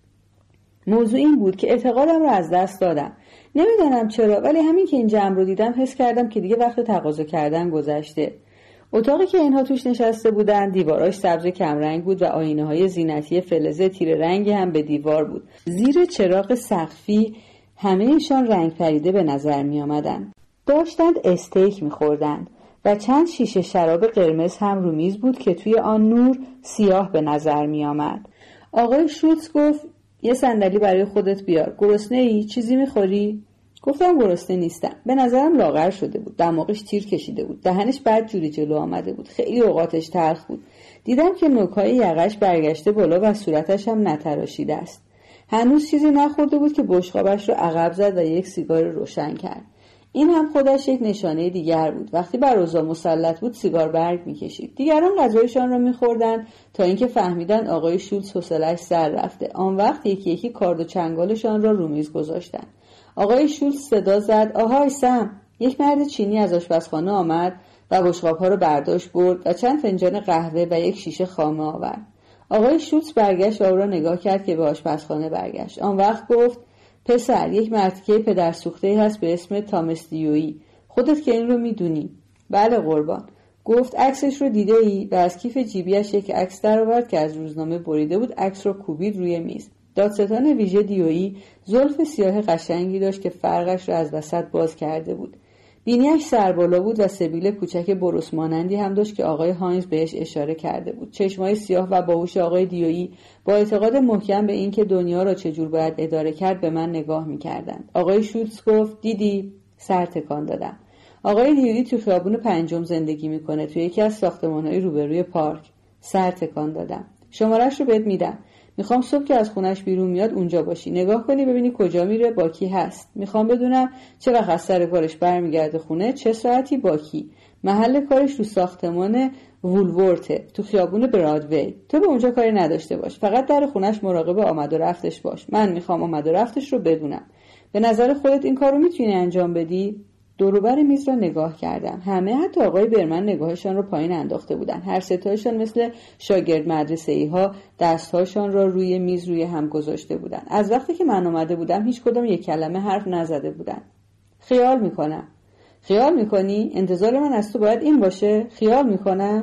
موضوع این بود که اعتقادم را از دست دادم. نمیدانم چرا، ولی همین که این جمع رو دیدم حس کردم که دیگه وقت تقاضا کردن گذشته. اتاقی که اینها توش نشسته بودند دیواراش سبز کمرنگ بود و آینه‌های زینتی فلز تیره رنگی هم به دیوار بود. زیر چراغ سقفی همه‌شان رنگ پریده به نظر می آمدند. داشتند استیک می خوردند و چند شیشه شراب قرمز هم رو میز بود که توی آن نور سیاه به نظر می آمد. آقای شولتز گفت یه صندلی برای خودت بیار. گرسنه ای؟ چیزی می خوری؟ گفتم گرسنه نیستم. به نظرم لاغر شده بود. دماغش تیر کشیده بود. دهنش بد جوری جلو آمده بود. خیلی اوقاتش تلخ بود. دیدم که نوک‌های یقش برگشته بالا و صورتش هم نتراشیده است. هنوز چیزی نخورده بود که بشقابش رو عقب زد و یک سیگار روشن کرد. این هم خودش یک نشانه دیگر بود. وقتی بر اوضاع مسلط بود سیگار برگ می‌کشید. دیگران غذایشان را می‌خوردند تا اینکه فهمیدند آقای شولتز حوصله‌اش سر رفته. آن وقت یکی یکی کارد و چنگالشان را رو میز گذاشتند. آقای شولتز صدا زد آهای سم. یک مرد چینی از آشپزخانه آمد و بشقاب‌ها را برداشت برد و چند فنجان قهوه و یک شیشه خامه آورد. آقای شولتز برگشت و او را نگاه کرد که به آشپزخانه برگشت. آن وقت گفت پسر، یک مرتیکه پدر سوخته‌ای هست به اسم تامس دیویی. خودت که این رو میدونی. بله قربان. گفت عکسش رو دیده ای؟ و از کیف جیبیش یک عکس در آورد که از روزنامه بریده بود. عکس رو کوبید روی میز. دادستان ویژه دیویی زلف سیاه قشنگی داشت که فرقش را از وسط باز کرده بود. بینیش سربالا بود و سبیل کوچک بروس مانندی هم داشت که آقای هاینز بهش اشاره کرده بود. چشمای سیاه و باهوش آقای دیویی با اعتقاد محکم به این که دنیا را چجور باید اداره کرد به من نگاه می‌کردند. آقای شولتز گفت دیدی؟ سر تکان دادم. آقای دیویی تو خیابون پنجم زندگی میکنه، تو یکی از ساختمان‌های روبروی پارک. سر تکان دادم. شماره‌اش رو بهت میدم. میخوام صبح که از خونش بیرون میاد اونجا باشی. نگاه کنی ببینی کجا میره، با کی هست. میخوام بدونم چه وقت از سر کارش برمیگرده خونه، چه ساعتی، با کی. محل کارش تو ساختمان وولورته، تو خیابون برادوی. تو به اونجا کاری نداشته باش. فقط در خونش مراقب آمد و رفتش باش. من میخوام آمد و رفتش رو بدونم. به نظر خودت این کارو میتونی انجام بدی؟ دوروبر میز را نگاه کردم. همه حتی آقای برمن نگاهشان را پایین انداخته بودند. هر سه تاشون مثل شاگرد مدرسه‌ای ها دستهاشان را روی میز روی هم گذاشته بودند. از وقتی که من اومده بودم هیچ کدام یک کلمه حرف نزده بودند. خیال میکنم. خیال میکنی؟ انتظار من از تو باید این باشه؟ خیال میکنم؟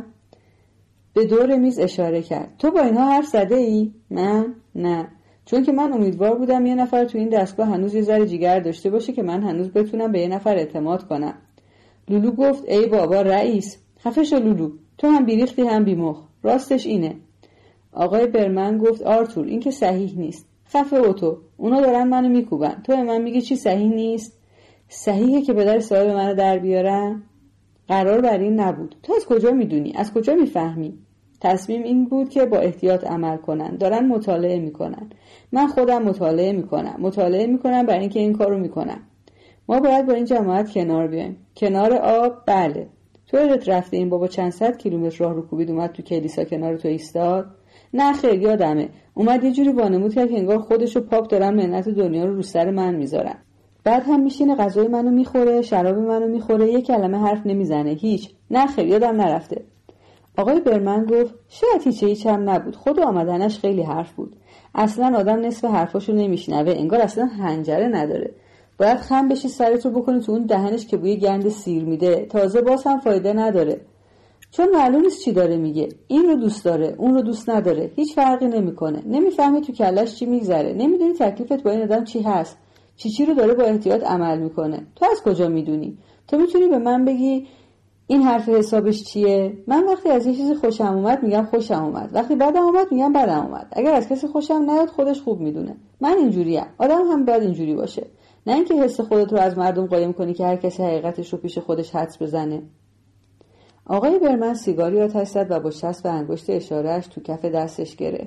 به دور میز اشاره کرد. تو با اینها حرف زده ای؟ من؟ نه. چون که من امیدوار بودم یه نفر تو این دستگاه هنوز یه ذره جیگر داشته باشه که من هنوز بتونم به یه نفر اعتماد کنم. لولو گفت ای بابا رئیس، خفه شو لولو، تو هم بیریختی هم بیمخ. راستش اینه. آقای برمن گفت آرتور این که صحیح نیست. خفه او تو، اونا دارن منو میکوبن، تو به من میگی چی صحیح نیست؟ صحیحه که پدر صاحب منو در بیارن؟ قرار بر این نبود. تو از کجا میدونی؟ از کجا میفهمی؟ تصمیم این بود که با احتیاط عمل کنن. دارن مطالعه میکنن. من خودم مطالعه میکنم. مطالعه میکنم برای اینکه این کارو میکنم. ما باید با این جماعت کنار بیایم. کنار آب؟ بله. تو یادت رفته این بابا چند صد کیلومتر راه رو کوبید اومد تو کلیسا کنار تو ایستاد؟ نه خیر یادمه. اومد یه جوری وانمود کرد که انگار خودشو پاپ دارن منت دنیا رو رو سر من میذارن. بعد هم میشینه غذای منو میخوره، شراب منو میخوره، یه کلمه حرف نمیزنه. هیچ. نه خیر یادم نرفته. آقای برمن گفت شاید هیچ هیچ هم نبود. خود آمدنش خیلی حرف بود. اصلا آدم نصف حرفاشو نمیشنوه، انگار اصلا حنجره نداره. باید خم بشی سرتو بکنی تو اون دهنش که بوی گند سیر میده. تازه باز هم فایده نداره. چون معلوم نیست چی داره میگه. این رو دوست داره، اون رو دوست نداره. هیچ فرقی نمیکنه. نمیفهمی تو کلش چی میگذره. نمیدونی تکلیفت با این آدم چی هست. چی چی رو داره با احتیاط عمل میکنه. تو از کجا میدونی؟ تو میتونی به من بگی این حرف حسابش چیه؟ من وقتی از یه چیزی خوشم اومد میگم خوشم اومد. وقتی بدم اومد میگم بدم اومد. اگر از کسی خوشم نیاد خودش خوب میدونه. من اینجوریم. آدم هم باید اینجوری باشه. نه اینکه حس خودت رو از مردم قایم کنی که هر کسی حقیقتش رو پیش خودش حدس بزنه. آقای برمن سیگاری آتش زد و با چسب انگشت اشاره‌اش تو کف دستش گرفت.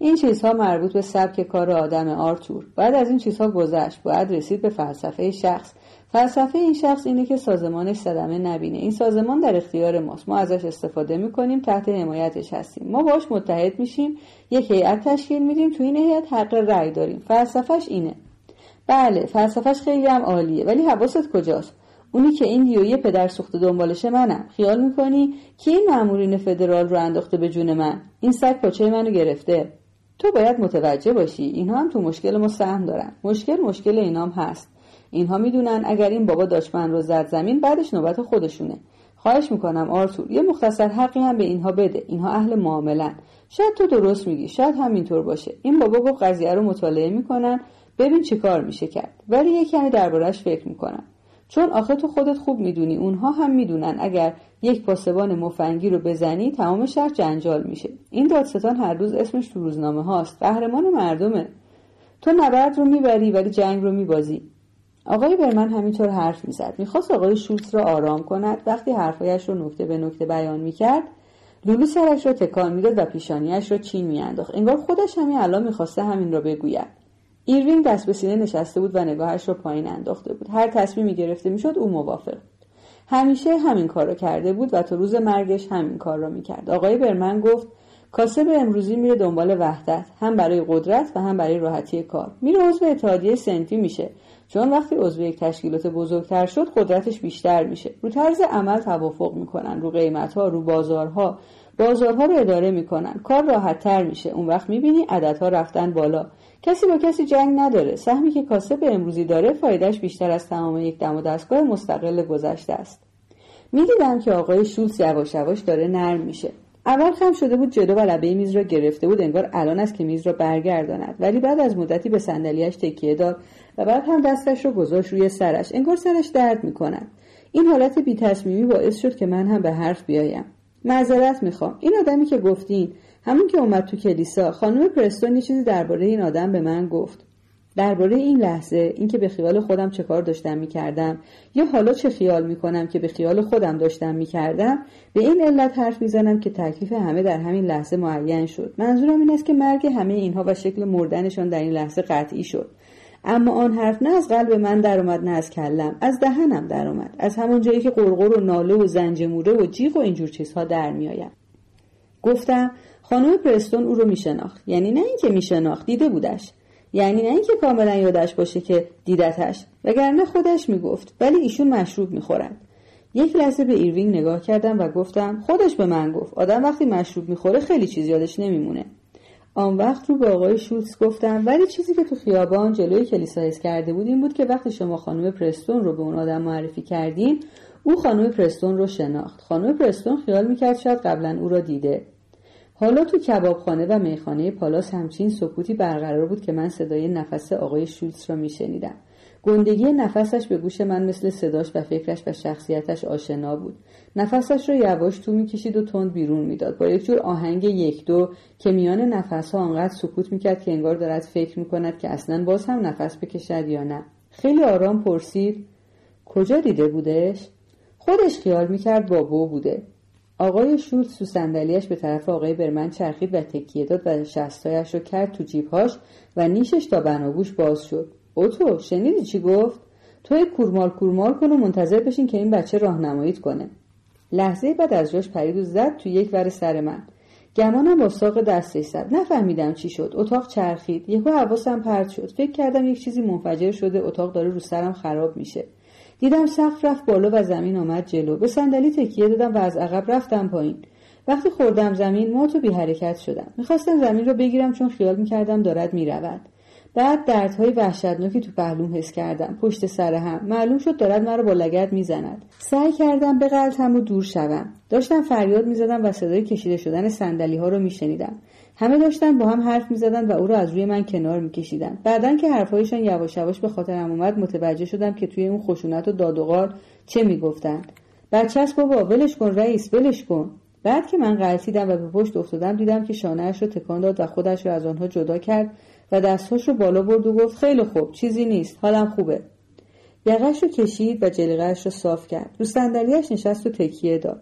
این چیزها مربوط به سبک کار آدم آرتور. بعد از این چیزها گذشت، باید رسید به فلسفه شخص. فلسفه این شخص اینه که سازمانش صدمه نبینه. این سازمان در اختیار ماست، ما ازش استفاده میکنیم، تحت حمایتش هستیم، ما باش متحد میشیم، یک هیئت تشکیل میدیم، تو این هیئت حق رأی داریم. فلسفهش اینه. بله، فلسفهش خیلی هم عالیه، ولی حواست کجاست؟ اونی که این دیویه پدر سوخته دنبالشه منم. خیال میکنی که این مامورین فدرال رو انداخته به جون من؟ این سگ پاچه منو گرفته. تو باید متوجه باشی اینها هم تو مشکل ما سهم دارن. مشکل مشکل اینام هست. اینها میدونن اگر این بابا داشمن رو زد زمین، بعدش نوبت خودشونه. خواهش میکنم آرتور یه مختصر حقی هم به اینها بده. اینها اهل معاملن. شاید تو درست میگی، شاید همینطور باشه. این بابا گفت قضیه رو مطالعه میکنن، ببین چی کار میشه کرد. ولی یه کمی دربارش فکر میکنم. چون آخه تو خودت خوب میدونی، اونها هم میدونن اگر یک پاسبان مفنگی رو بزنی تمام شهر جنجال میشه. این دادستان هر روز اسمش تو روزنامه هاست، قهرمان مردمه. تو نبرد رو میبری ولی جنگ رو میبازی. آقای برمن همینطور حرف میزد. میخواست آقای شولتز را آرام کند. وقتی حرفایش رو نکته به نکته بیان میکرد، لولو سرش رو تکان میداد و پیشانیش رو چین میانداخت، انگار خودش همین الان میخواسته همین را بگوید. ایروینگ دست به سینه نشسته بود و نگاهش رو پایین انداخته بود. هر تصمیمی گرفته میشد او موافق بود. همیشه همین کار رو کرده بود و تا روز مرگش همین کار رو میکرد. آقای برمن گفت کاسب امروزی میره دنبال وحدت، هم برای قدرت و هم برای راحتی کار. میره عضو اتحادیه صنفی میشه، چون وقتی عضو یک تشکیلات بزرگتر شد قدرتش بیشتر میشه. رو طرز عمل توافق میکنن، رو قیمتها، رو بازارها. بازارها رو اداره میکنن، کار راحت‌تر میشه. اون وقت میبینی عددها رفتن بالا. کسی با کسی جنگ نداره. سهمی که کاسب امروزی داره فایدهش بیشتر از تمام یک دم و دستگاه مستقل گذشته است. میدیدم که آقای شولتز یواش یواش داره نرم میشه. اول خم شده بود جلو و لبه میز را گرفته بود، انگار الان است که میز را برگرداند. ولی بعد از مدتی به صندلیاش تکیه داد و بعد هم دستش رو گذاشت روی سرش، انگار سرش درد میکنه. این حالت بی تصمیمی باعث شد که من هم به حرف بیایم. معذرت میخوام. این آدمی که گفتین، همون که اومد تو کلیسا، خانم پرستون یه چیزی درباره این آدم به من گفت. درباره این لحظه، این که به خیال خودم چه کار داشتم میکردم یا حالا چه خیال میکنم که به خیال خودم داشتم میکردم، به این علت حرف میزنم که تکلیف همه در همین لحظه معین شد. منظورم این است که مرگ همه اینها و شکل مردنشان در این لحظه قطعی شد. اما آن حرف نه از قلب من در اومد، نه از کلم، از دهنم در اومد، از همون جایی که قرقر و ناله و زنجموره و جیغ و اینجور چیزها در میآید. گفتم خانم پرستون او رو میشناخت. یعنی نه اینکه میشناخت، دیده بودش. یعنی نه اینکه کاملا یادش باشه که دیدتش، وگرنه خودش میگفت. ولی ایشون مشروب میخورد. یک لحظه به ایروینگ نگاه کردم و گفتم خودش به من گفت آدم وقتی مشروب میخوره خیلی چیز یادش نمیمونه. آن وقت رو به آقای شولتز گفتم ولی چیزی که تو خیابان جلوی کلیسا حس کرده بود این بود که وقتی شما خانم پرستون رو به اون آدم معرفی کردین، او خانم پرستون رو شناخت. خانم پرستون خیال میکرد شاید قبلا او را دیده. حالا تو کبابخانه و میخانه پالاس همچین سکوتی برقرار بود که من صدای نفس آقای شولتز را میشنیدم. گندگی نفسش به گوش من مثل صداش و فکرش و شخصیتش آشنا بود. نفسش رو یواش تو میکشید و تند بیرون میداد با یک جور آهنگ یک دو که میان نفسها آنقدر سکوت میکرد که انگار دارد فکر میکند که اصلا باز هم نفس بکشد یا نه. خیلی آرام پرسید کجا دیده بودش؟ خودش خیال میکرد با بو بوده. آقای شولتز تو صندلیاش به طرف آقای برمن چرخید و تکیه داد و شستایش رو کرد تو جیبهاش و نیشش تا بناگوش باز شد. اوتو شنیدی چی گفت؟ توی کورمال کورمال کن و منتظر بشین که این بچه راهنماییت کنه. لحظه بعد از جاش پرید و زد تو یک ور سر من. گمانم با ساق دستش زد. نفهمیدم چی شد. اتاق چرخید. یهو حواسم پرت شد. فکر کردم یک چیزی منفجر شده، اتاق داره رو سرم خراب میشه. دیدم سقف رفت بالا و زمین آمد جلو. به صندلی تکیه دادم و از عقب رفتم پایین. وقتی خوردم زمین مات و بی حرکت شدم. میخواستم زمین رو بگیرم چون خیال میکردم دارد میرود. بعد دردهای وحشتناکی تو پهلوم حس کردم، پشت سر هم. معلوم شد دارد مرا با لگد میزند. سعی کردم به غلطم رو دور شوم. داشتم فریاد میزدم و صدای کشیده شدن صندلی ها رو میشنیدم. همه داشتن با هم حرف میزدن و او رو از روی من کنار میکشیدن. بعدن که حرفایشان یواش یواش به خاطرم اومد متوجه شدم که توی اون خشونت و داد و غار چه میگفتند. بچه‌ست بابا، ولش کن رئیس، ولش کن. بعد که من غلطیدم و به پشت افتادم دیدم که شانه‌اش رو تکان داد و خودش رو از آنها جدا کرد و دستاش رو بالا برد و گفت خیلی خوب، چیزی نیست، حالم خوبه. یقه‌ش رو کشید و جلیقه‌اش رو صاف کرد. رو صندلی‌اش نشست و تکیه داد.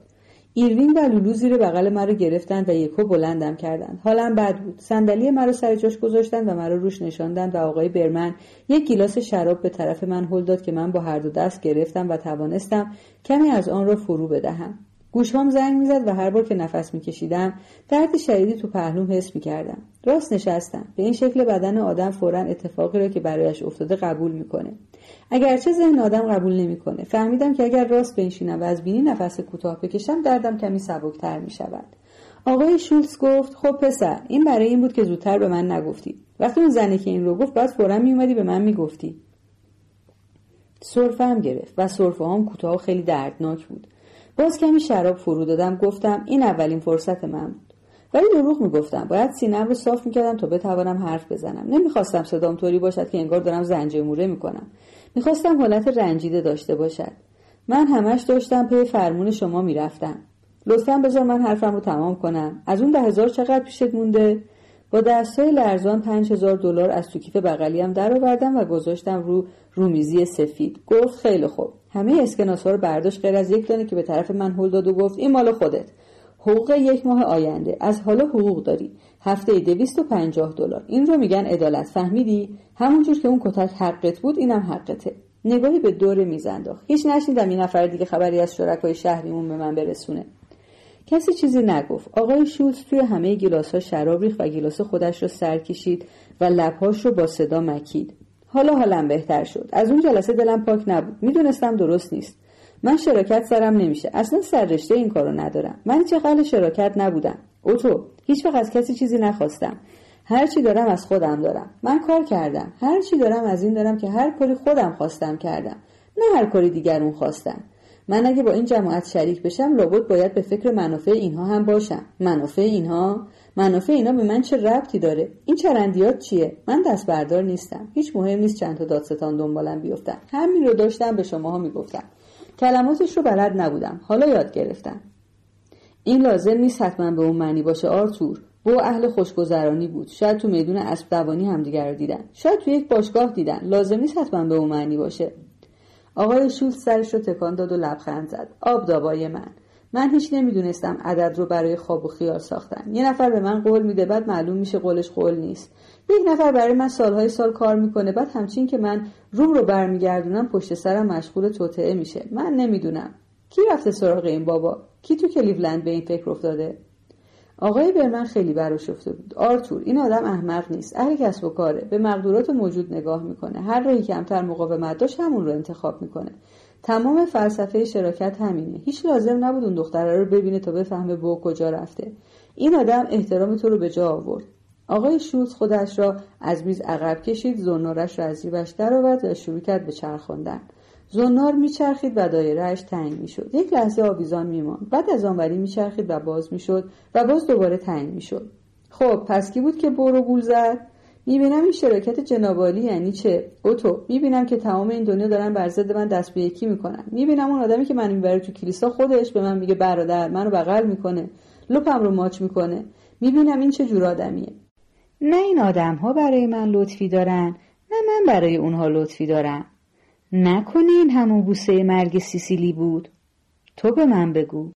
ایروین و لولو زیر بغل مرا گرفتند و یکو بلندم کردند. حالم بد بود. صندلی مرا سر جاش گذاشتند و مرا روش نشاندند و آقای برمن یک گیلاس شراب به طرف من هل داد که من با هر دو دست گرفتم و توانستم کمی از آن را فرو بدهم. گوشهام زنگ میزد و هر بار که نفس میکشیدم درد شدیدی تو پهلوم حس میکردم. راست نشستم. به این شکل بدن آدم فوراً اتفاقی را که برایش افتاده قبول میکنه. اگرچه ذهن آدم قبول نمیکنه. فهمیدم که اگر راست بنشینم و از بینی نفس کوتاه بکشم دردم کمی سبکتر میشود. آقای شولتز گفت خب پسر، این برای این بود که زودتر به من نگفتی. وقتی اون زنی که این رو گفت بعد فوراً میومدی به من میگفتی. سرفه‌ام گرفت و سرفه‌هام کوتاه و خیلی دردناک بود. باز کمی شراب فرو دادم. گفتم این اولین فرصت من بود. ولی دروغ میگفتم. باید سینه‌ام رو صاف میکردم تا بتوانم حرف بزنم. نمیخواستم صدام طوری باشد که انگار دارم زنجیروره میکنم. میخواستم حالت رنجیده داشته باشد. من همش داشتم پی فرمون شما میرفتم. لطفاً بذار من حرفم رو تمام کنم. از اون ده هزار چقدر پیشت مونده؟ با دستای لرزان پنج هزار دلار از تو کیف بغلیم درآوردم و گذاشتم رو رومیزی سفید. گفت خیلی خوب. همه اسکناس‌ها رو برداشت غیر از یک دانه که به طرف من هل داد و گفت این مال خودت. حقوق یک ماه آینده. از حالا حقوق داری. هفته دویست و پنجاه دلار. این رو میگن عدالت. فهمیدی؟ همونجور که اون کتک حقت بود اینم حقته. نگاهی به دور میز انداخت. هیچ نشنیدم یه نفر دیگه خبری از شرکای شهریمون به من برسونه. کسی چیزی نگفت. آقای شولتز توی همه گیلاس‌ها شراب ریخت و گیلاس خودش رو سر کشید و لب‌هاش رو با صدا مکید. حالا حالم بهتر شد. از اون جلسه دلم پاک نبود. میدونستم درست نیست. من شراکت سرم نمیشه. اصلا سررشته این کارو ندارم. من چه قل شراکت نبودم. اوتو، هیچ وقت از کسی چیزی نخواستم. هر چی دارم از خودم دارم. من کار کردم. هر چی دارم از این دارم که هر کاری خودم خواستم کردم. نه هر کاری دیگرون خواستن. من اگه با این جماعت شریک بشم لابد باید به فکر منافع اینها هم باشم. منافع اینها؟ منافع اینا به من چه ربطی داره؟ این چرندیات چیه؟ من دست بردار نیستم. هیچ مهم نیست چند تا دادستان دنبالم بیفتن. همین رو داشتم به شماها میگفتم. کلماتش رو بلد نبودم. حالا یاد گرفتم. این لازم نیست حتما به اون معنی باشه آرتور. بو اهل خوشگذرانی بود. شاید تو میدون اسب دوانی همدیگر رو دیدن. شاید تو یک باشگاه دیدن. لازم نیست حتما به اون معنی باشه. آقای شولتز سرش رو تکان داد و لبخند زد. آب دابای من. من هیچ نمیدونستم عدد رو برای خواب و خیال ساختن. یه نفر به من قول میده بعد معلوم میشه قولش قول نیست. یک نفر برای من سالهای سال کار میکنه بعد همچین که من روم رو برمیگردونم پشت سرم مشغول توطئه میشه. من نمیدونم. کی رفته سراغ این بابا؟ کی تو کلیولند به این فکر افتاده؟ آقای برمن خیلی برآشفته بود. آرتور، این آدم احمق نیست. اهل کسب و کاره. به مقدورات موجود نگاه میکنه. هر راهی کمتر مقاومت داشت همون رو انتخاب میکنه. تمام فلسفه شراکت همینه. هیچ لازم نبود اون دختره رو ببینه تا بفهمه بو کجا رفته. این آدم احترام تو رو به جا آورد. آقای شولتز خودش را از میز عقب کشید، زنارش را از جیبش درآورد و شروع کرد به چرخاندن. زنار میچرخید و دایره‌اش تنگ میشد. یک لحظه آویزان میماند. بعد از آنوری میچرخید و باز میشد و باز دوباره تنگ میشد. خب پس کی بود که برو گول زد؟ میبینم این شراکت جنابالی یعنی چه؟ اوتو، میبینم که تمام این دنیا دارن بر ضد من دست به یکی میکنن. میبینم اون آدمی که من میبره تو کلیسا خودش به من میگه برادر، منو بغل میکنه، لپم رو ماچ میکنه. میبینم این چه جور آدمیه. نه این آدم‌ها برای من لطفی دارن، نه من برای اونها لطفی دارم. نکنه این همون بوسه مرگ سیسیلی بود؟ تو به من بگو.